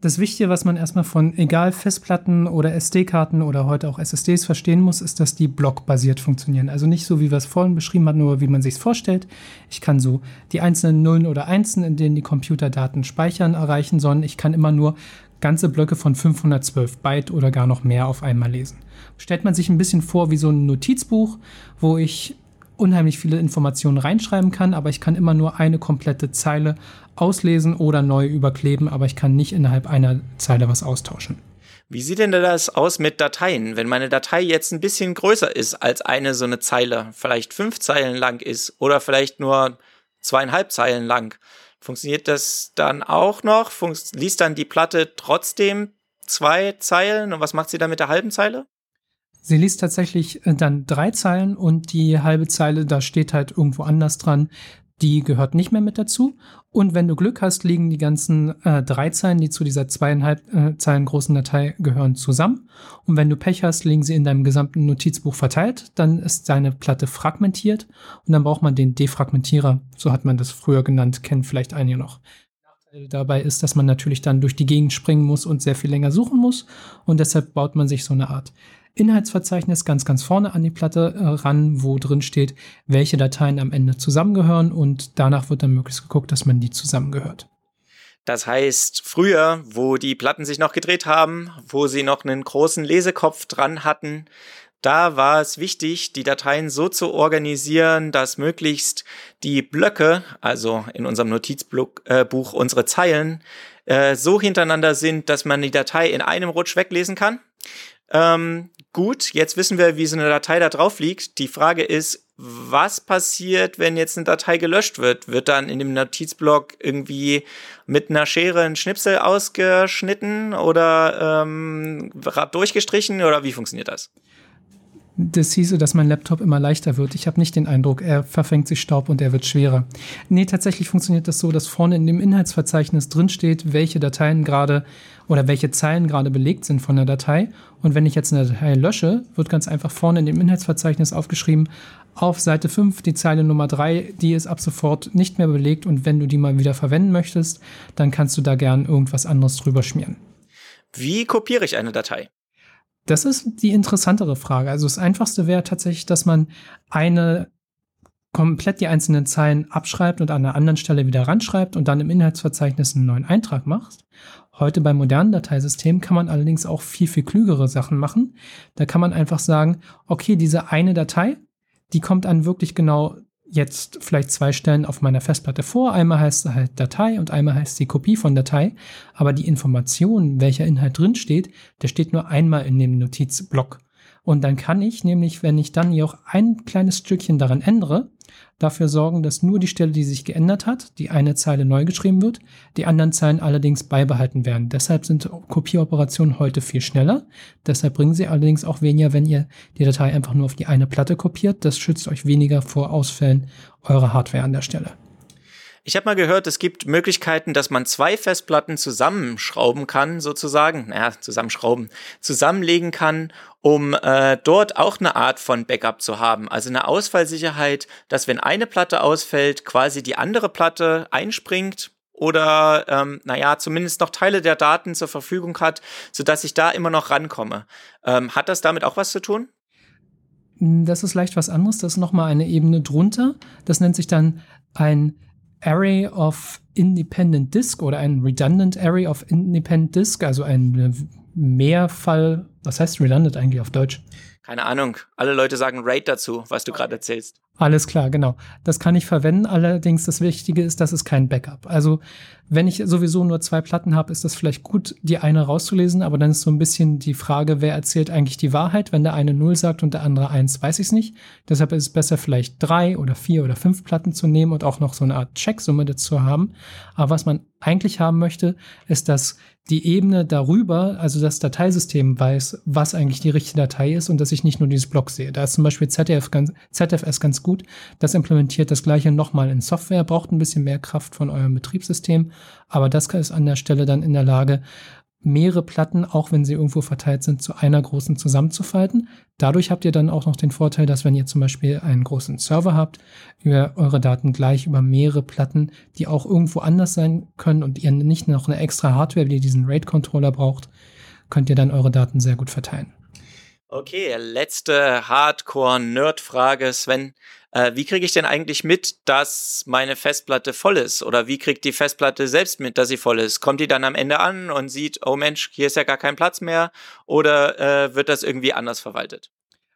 das Wichtige, was man erstmal von egal Festplatten oder S D-Karten oder heute auch S S Ds verstehen muss, ist, dass die blockbasiert funktionieren. Also nicht so, wie wir es vorhin beschrieben hatten, nur wie man sich es vorstellt. Ich kann so die einzelnen Nullen oder Einsen, in denen die Computer Daten speichern, erreichen, sondern ich kann immer nur ganze Blöcke von fünfhundertzwölf Byte oder gar noch mehr auf einmal lesen. Stellt man sich ein bisschen vor wie so ein Notizbuch, wo ich unheimlich viele Informationen reinschreiben kann, aber ich kann immer nur eine komplette Zeile auslesen oder neu überkleben, aber ich kann nicht innerhalb einer Zeile was austauschen. Wie sieht denn das aus mit Dateien? Wenn meine Datei jetzt ein bisschen größer ist als eine so eine Zeile, vielleicht fünf Zeilen lang ist oder vielleicht nur zweieinhalb Zeilen lang, funktioniert das dann auch noch? Funkt- liest dann die Platte trotzdem zwei Zeilen und was macht sie dann mit der halben Zeile? Sie liest tatsächlich äh, dann drei Zeilen und die halbe Zeile, da steht halt irgendwo anders dran, die gehört nicht mehr mit dazu. Und wenn du Glück hast, liegen die ganzen äh, drei Zeilen, die zu dieser zweieinhalb äh, Zeilen großen Datei gehören, zusammen. Und wenn du Pech hast, liegen sie in deinem gesamten Notizbuch verteilt. Dann ist deine Platte fragmentiert und dann braucht man den Defragmentierer. So hat man das früher genannt, kennen vielleicht einige noch. Nachteil dabei ist, dass man natürlich dann durch die Gegend springen muss und sehr viel länger suchen muss. Und deshalb baut man sich so eine Art Inhaltsverzeichnis ganz, ganz vorne an die Platte äh, ran, wo drin steht, welche Dateien am Ende zusammengehören und danach wird dann möglichst geguckt, dass man die zusammengehört. Das heißt, früher, wo die Platten sich noch gedreht haben, wo sie noch einen großen Lesekopf dran hatten, da war es wichtig, die Dateien so zu organisieren, dass möglichst die Blöcke, also in unserem Notizbuch äh, Buch unsere Zeilen, äh, so hintereinander sind, dass man die Datei in einem Rutsch weglesen kann. Ähm, gut, jetzt wissen wir, wie so eine Datei da drauf liegt. Die Frage ist, was passiert, wenn jetzt eine Datei gelöscht wird? Wird dann in dem Notizblock irgendwie mit einer Schere ein Schnipsel ausgeschnitten oder ähm, durchgestrichen oder wie funktioniert das? Das hieße, dass mein Laptop immer leichter wird. Ich habe nicht den Eindruck, er verfängt sich Staub und er wird schwerer. Nee, tatsächlich funktioniert das so, dass vorne in dem Inhaltsverzeichnis drinsteht, welche Dateien gerade oder welche Zeilen gerade belegt sind von der Datei. Und wenn ich jetzt eine Datei lösche, wird ganz einfach vorne in dem Inhaltsverzeichnis aufgeschrieben, auf Seite fünf die Zeile Nummer drei, die ist ab sofort nicht mehr belegt und wenn du die mal wieder verwenden möchtest, dann kannst du da gern irgendwas anderes drüber schmieren. Wie kopiere ich eine Datei? Das ist die interessantere Frage. Also das Einfachste wäre tatsächlich, dass man eine komplett die einzelnen Zeilen abschreibt und an einer anderen Stelle wieder ranschreibt und dann im Inhaltsverzeichnis einen neuen Eintrag macht. Heute bei modernen Dateisystemen kann man allerdings auch viel, viel klügere Sachen machen. Da kann man einfach sagen, okay, diese eine Datei, die kommt an wirklich genau jetzt vielleicht zwei Stellen auf meiner Festplatte vor. Einmal heißt es halt Datei und einmal heißt die Kopie von Datei. Aber die Information, welcher Inhalt drin steht, der steht nur einmal in dem Notizblock. Und dann kann ich nämlich, wenn ich dann hier auch ein kleines Stückchen daran ändere, dafür sorgen, dass nur die Stelle, die sich geändert hat, die eine Zeile neu geschrieben wird, die anderen Zeilen allerdings beibehalten werden. Deshalb sind Kopieroperationen heute viel schneller. Deshalb bringen sie allerdings auch weniger, wenn ihr die Datei einfach nur auf die eine Platte kopiert. Das schützt euch weniger vor Ausfällen eurer Hardware an der Stelle. Ich habe mal gehört, es gibt Möglichkeiten, dass man zwei Festplatten zusammenschrauben kann, sozusagen, naja, zusammenschrauben, zusammenlegen kann, um äh, dort auch eine Art von Backup zu haben. Also eine Ausfallsicherheit, dass wenn eine Platte ausfällt, quasi die andere Platte einspringt oder, ähm, naja, zumindest noch Teile der Daten zur Verfügung hat, sodass ich da immer noch rankomme. Ähm, hat das damit auch was zu tun? Das ist leicht was anderes. Das ist nochmal eine Ebene drunter. Das nennt sich dann ein Array of Independent Disk oder ein Redundant Array of Independent Disk, also ein Mehrfall. Was heißt redundant eigentlich auf Deutsch? Keine Ahnung. Alle Leute sagen RAID dazu, was du gerade erzählst. Alles klar, genau. Das kann ich verwenden. Allerdings das Wichtige ist, dass es kein Backup. Also wenn ich sowieso nur zwei Platten habe, ist das vielleicht gut, die eine rauszulesen. Aber dann ist so ein bisschen die Frage, wer erzählt eigentlich die Wahrheit? Wenn der eine null sagt und der andere eins, weiß ich es nicht. Deshalb ist es besser, vielleicht drei oder vier oder fünf Platten zu nehmen und auch noch so eine Art Checksumme dazu haben. Aber was man eigentlich haben möchte, ist, dass die Ebene darüber, also das Dateisystem weiß, was eigentlich die richtige Datei ist und dass ich nicht nur dieses Block sehe. Da ist zum Beispiel Z D F ganz, Z F S ganz gut. Das implementiert das Gleiche nochmal in Software, braucht ein bisschen mehr Kraft von eurem Betriebssystem, aber das ist an der Stelle dann in der Lage, mehrere Platten, auch wenn sie irgendwo verteilt sind, zu einer großen zusammenzufalten. Dadurch habt ihr dann auch noch den Vorteil, dass wenn ihr zum Beispiel einen großen Server habt, ihr eure Daten gleich über mehrere Platten, die auch irgendwo anders sein können und ihr nicht noch eine extra Hardware wie diesen RAID-Controller braucht, könnt ihr dann eure Daten sehr gut verteilen. Okay, letzte Hardcore-Nerd-Frage, Sven. Äh, wie kriege ich denn eigentlich mit, dass meine Festplatte voll ist? Oder wie kriegt die Festplatte selbst mit, dass sie voll ist? Kommt die dann am Ende an und sieht, oh Mensch, hier ist ja gar kein Platz mehr? Oder äh, wird das irgendwie anders verwaltet?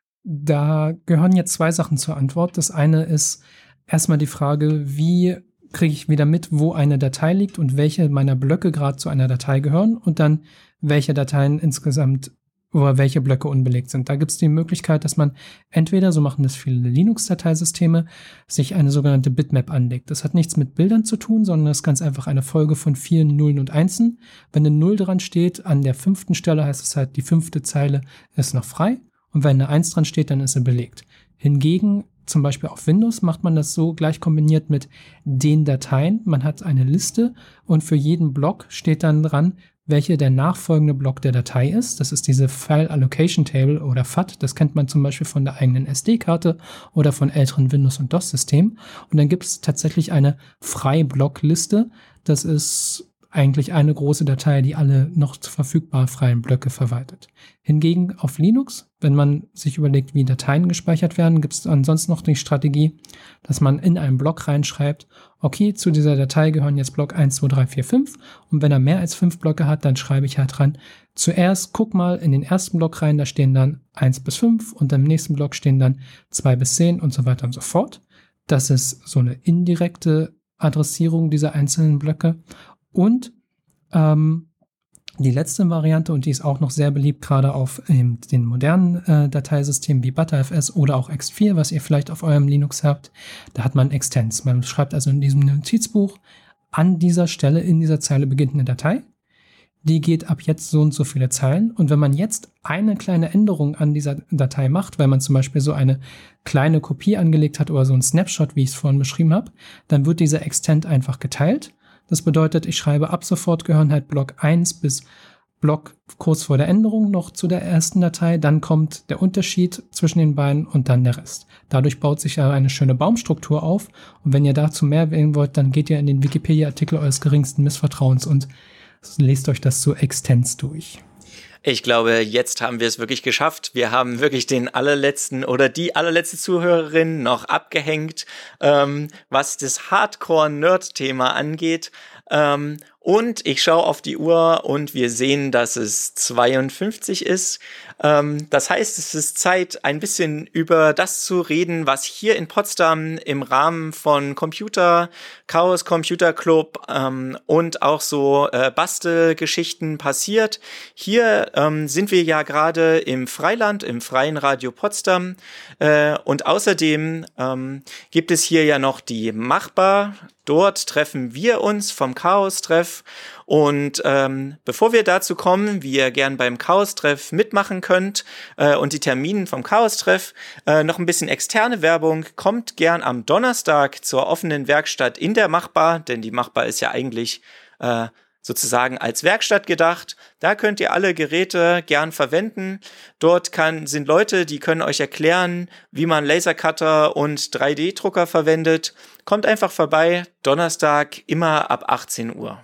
Da gehören jetzt zwei Sachen zur Antwort. Das eine ist erstmal die Frage, wie kriege ich wieder mit, wo eine Datei liegt und welche meiner Blöcke gerade zu einer Datei gehören und dann welche Dateien insgesamt oder welche Blöcke unbelegt sind. Da gibt es die Möglichkeit, dass man entweder, so machen das viele Linux-Dateisysteme, sich eine sogenannte Bitmap anlegt. Das hat nichts mit Bildern zu tun, sondern das ist ganz einfach eine Folge von vielen Nullen und Einsen. Wenn eine Null dran steht, an der fünften Stelle heißt es halt, die fünfte Zeile ist noch frei. Und wenn eine Eins dran steht, dann ist sie belegt. Hingegen, zum Beispiel auf Windows, macht man das so gleich kombiniert mit den Dateien. Man hat eine Liste und für jeden Block steht dann dran, welche der nachfolgende Block der Datei ist. Das ist diese File Allocation Table oder F A T. Das kennt man zum Beispiel von der eigenen S D-Karte oder von älteren Windows- und DOS-Systemen. Und dann gibt es tatsächlich eine Freiblock-Liste. Das ist eigentlich eine große Datei, die alle noch verfügbar freien Blöcke verwaltet. Hingegen auf Linux, wenn man sich überlegt, wie Dateien gespeichert werden, gibt es ansonsten noch die Strategie, dass man in einen Block reinschreibt, okay, zu dieser Datei gehören jetzt Block eins, zwei, drei, vier, fünf und wenn er mehr als fünf Blöcke hat, dann schreibe ich halt dran, zuerst guck mal in den ersten Block rein, da stehen dann eins bis fünf und im nächsten Block stehen dann zwei bis zehn und so weiter und so fort. Das ist so eine indirekte Adressierung dieser einzelnen Blöcke. Und ähm, die letzte Variante, und die ist auch noch sehr beliebt, gerade auf ähm, den modernen äh, Dateisystemen wie ButterFS oder auch X vier, was ihr vielleicht auf eurem Linux habt, da hat man Extents. Man schreibt also in diesem Notizbuch, an dieser Stelle, in dieser Zeile beginnt eine Datei. Die geht ab jetzt so und so viele Zeilen. Und wenn man jetzt eine kleine Änderung an dieser Datei macht, weil man zum Beispiel so eine kleine Kopie angelegt hat oder so ein Snapshot, wie ich es vorhin beschrieben habe, dann wird dieser Extent einfach geteilt. Das bedeutet, ich schreibe ab sofort gehören halt Block eins bis Block kurz vor der Änderung noch zu der ersten Datei. Dann kommt der Unterschied zwischen den beiden und dann der Rest. Dadurch baut sich ja eine schöne Baumstruktur auf. Und wenn ihr dazu mehr wählen wollt, dann geht ihr in den Wikipedia-Artikel eures geringsten Missvertrauens und lest euch das zu Extents durch. Ich glaube, jetzt haben wir es wirklich geschafft. Wir haben wirklich den allerletzten oder die allerletzte Zuhörerin noch abgehängt, ähm, was das Hardcore-Nerd-Thema angeht. Ähm, und ich schaue auf die Uhr und wir sehen, dass es zweiundfünfzig ist. Ähm, das heißt, es ist Zeit, ein bisschen über das zu reden, was hier in Potsdam im Rahmen von Computer, Chaos Computer Club ähm, und auch so äh, Bastelgeschichten passiert. Hier ähm, sind wir ja gerade im Freiland, im Freien Radio Potsdam. Äh, und außerdem ähm, gibt es hier ja noch die Machbar. Dort treffen wir uns vom Chaos-Treff und ähm, bevor wir dazu kommen, wie ihr gern beim Chaos-Treff mitmachen könnt äh, und die Termine vom Chaos-Treff, äh, noch ein bisschen externe Werbung, kommt gern am Donnerstag zur offenen Werkstatt in der Machbar, denn die Machbar ist ja eigentlich äh, sozusagen als Werkstatt gedacht. Da könnt ihr alle Geräte gern verwenden. Dort kann, sind Leute, die können euch erklären, wie man Lasercutter und drei D Drucker verwendet. Kommt einfach vorbei, Donnerstag immer ab achtzehn Uhr.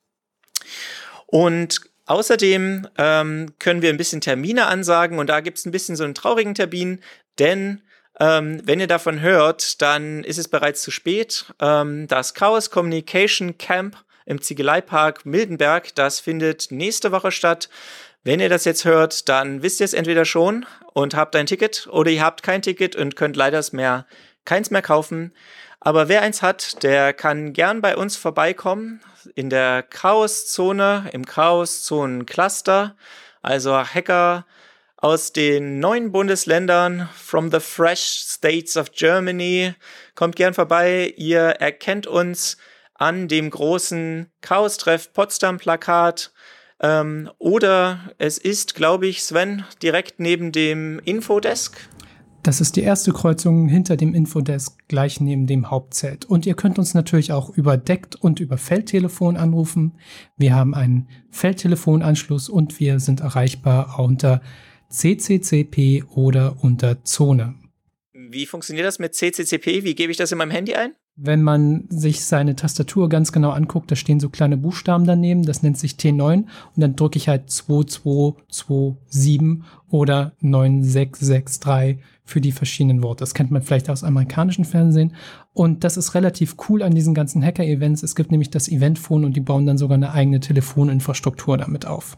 Und außerdem ähm, können wir ein bisschen Termine ansagen und da gibt es ein bisschen so einen traurigen Termin, denn ähm, wenn ihr davon hört, dann ist es bereits zu spät. Ähm, das Chaos Communication Camp im Ziegeleipark Mildenberg, das findet nächste Woche statt. Wenn ihr das jetzt hört, dann wisst ihr es entweder schon und habt ein Ticket oder ihr habt kein Ticket und könnt leider mehr, keins mehr kaufen. Aber wer eins hat, der kann gern bei uns vorbeikommen in der Chaoszone, im Chaoszonen-Cluster. Also Hacker aus den neuen Bundesländern, from the fresh states of Germany, kommt gern vorbei. Ihr erkennt uns an dem großen Chaos-Treff Potsdam-Plakat. Ähm, oder es ist, glaube ich, Sven, direkt neben dem Infodesk. Das ist die erste Kreuzung hinter dem Infodesk, gleich neben dem Hauptzelt. Und ihr könnt uns natürlich auch über Deckt und über Feldtelefon anrufen. Wir haben einen Feldtelefonanschluss und wir sind erreichbar unter C C C P oder unter Zone. Wie funktioniert das mit C C C P? Wie gebe ich das in meinem Handy ein? Wenn man sich seine Tastatur ganz genau anguckt, da stehen so kleine Buchstaben daneben, das nennt sich T neun und dann drücke ich halt zwei zwei zwei sieben oder neun sechs sechs drei für die verschiedenen Worte. Das kennt man vielleicht aus amerikanischen Fernsehen und das ist relativ cool an diesen ganzen Hacker-Events. Es gibt nämlich das Eventphone und die bauen dann sogar eine eigene Telefoninfrastruktur damit auf.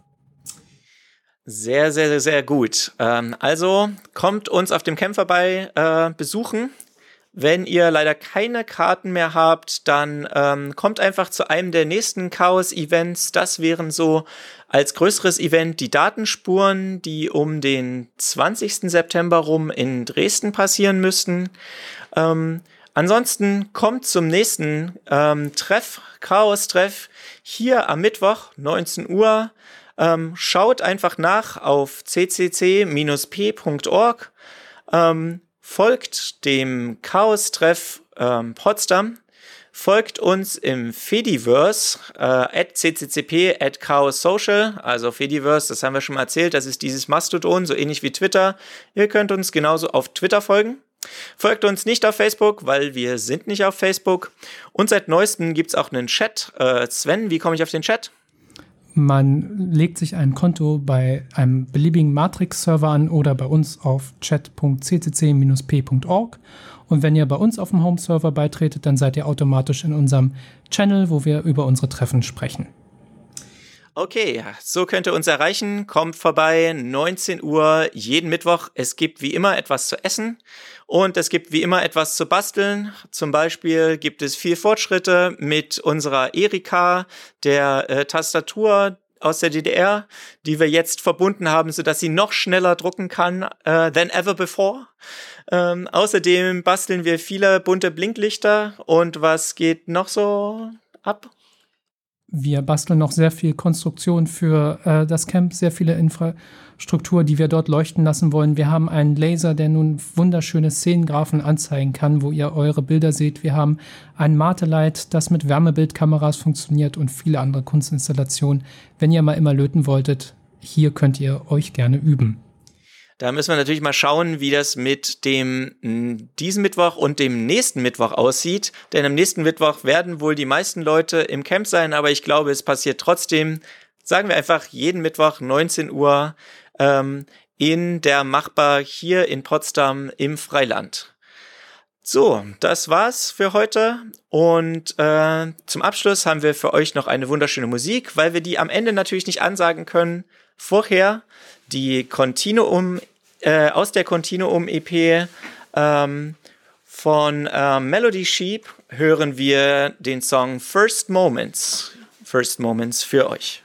Sehr, sehr, sehr, sehr gut. Ähm, also kommt uns auf dem Camp vorbei äh, besuchen. Wenn ihr leider keine Karten mehr habt, dann ähm, kommt einfach zu einem der nächsten Chaos-Events. Das wären so als größeres Event die Datenspuren, die um den zwanzigsten September rum in Dresden passieren müssten. Ähm, ansonsten kommt zum nächsten ähm, Treff, Chaos-Treff, hier am Mittwoch, neunzehn Uhr. Ähm, schaut einfach nach auf c c c Bindestrich p Punkt org. Ähm, Folgt dem Chaos-Treff ähm, Potsdam, folgt uns im Fediverse, äh, at cccp, at Chaos Social, also Fediverse, das haben wir schon mal erzählt, das ist dieses Mastodon, so ähnlich wie Twitter. Ihr könnt uns genauso auf Twitter folgen. Folgt uns nicht auf Facebook, weil wir sind nicht auf Facebook. Und seit neuestem gibt es auch einen Chat. Äh, Sven, wie komme ich auf den Chat? Man legt sich ein Konto bei einem beliebigen Matrix-Server an oder bei uns auf chat Punkt c c c Bindestrich p Punkt org. Und wenn ihr bei uns auf dem Home-Server beitretet, dann seid ihr automatisch in unserem Channel, wo wir über unsere Treffen sprechen. Okay, so könnt ihr uns erreichen. Kommt vorbei, neunzehn Uhr, jeden Mittwoch. Es gibt wie immer etwas zu essen und es gibt wie immer etwas zu basteln. Zum Beispiel gibt es viel Fortschritte mit unserer Erika, der äh, Tastatur aus der D D R, die wir jetzt verbunden haben, sodass sie noch schneller drucken kann äh, than ever before. Ähm, außerdem basteln wir viele bunte Blinklichter. Und was geht noch so ab? Wir basteln noch sehr viel Konstruktion für äh, das Camp, sehr viele Infrastruktur, die wir dort leuchten lassen wollen. Wir haben einen Laser, der nun wunderschöne Szenengraphen anzeigen kann, wo ihr eure Bilder seht. Wir haben ein Mate-Light, das mit Wärmebildkameras funktioniert und viele andere Kunstinstallationen. Wenn ihr mal immer löten wolltet, hier könnt ihr euch gerne üben. Da müssen wir natürlich mal schauen, wie das mit dem m, diesen Mittwoch und dem nächsten Mittwoch aussieht. Denn am nächsten Mittwoch werden wohl die meisten Leute im Camp sein, aber ich glaube, es passiert trotzdem, sagen wir einfach, jeden Mittwoch neunzehn Uhr ähm, in der Machbar hier in Potsdam im Freiland. So, das war's für heute und äh, zum Abschluss haben wir für euch noch eine wunderschöne Musik, weil wir die am Ende natürlich nicht ansagen können. Vorher die Continuum äh, aus der Continuum E P ähm, von äh, Melody Sheep hören wir den Song First Moments. First Moments für euch.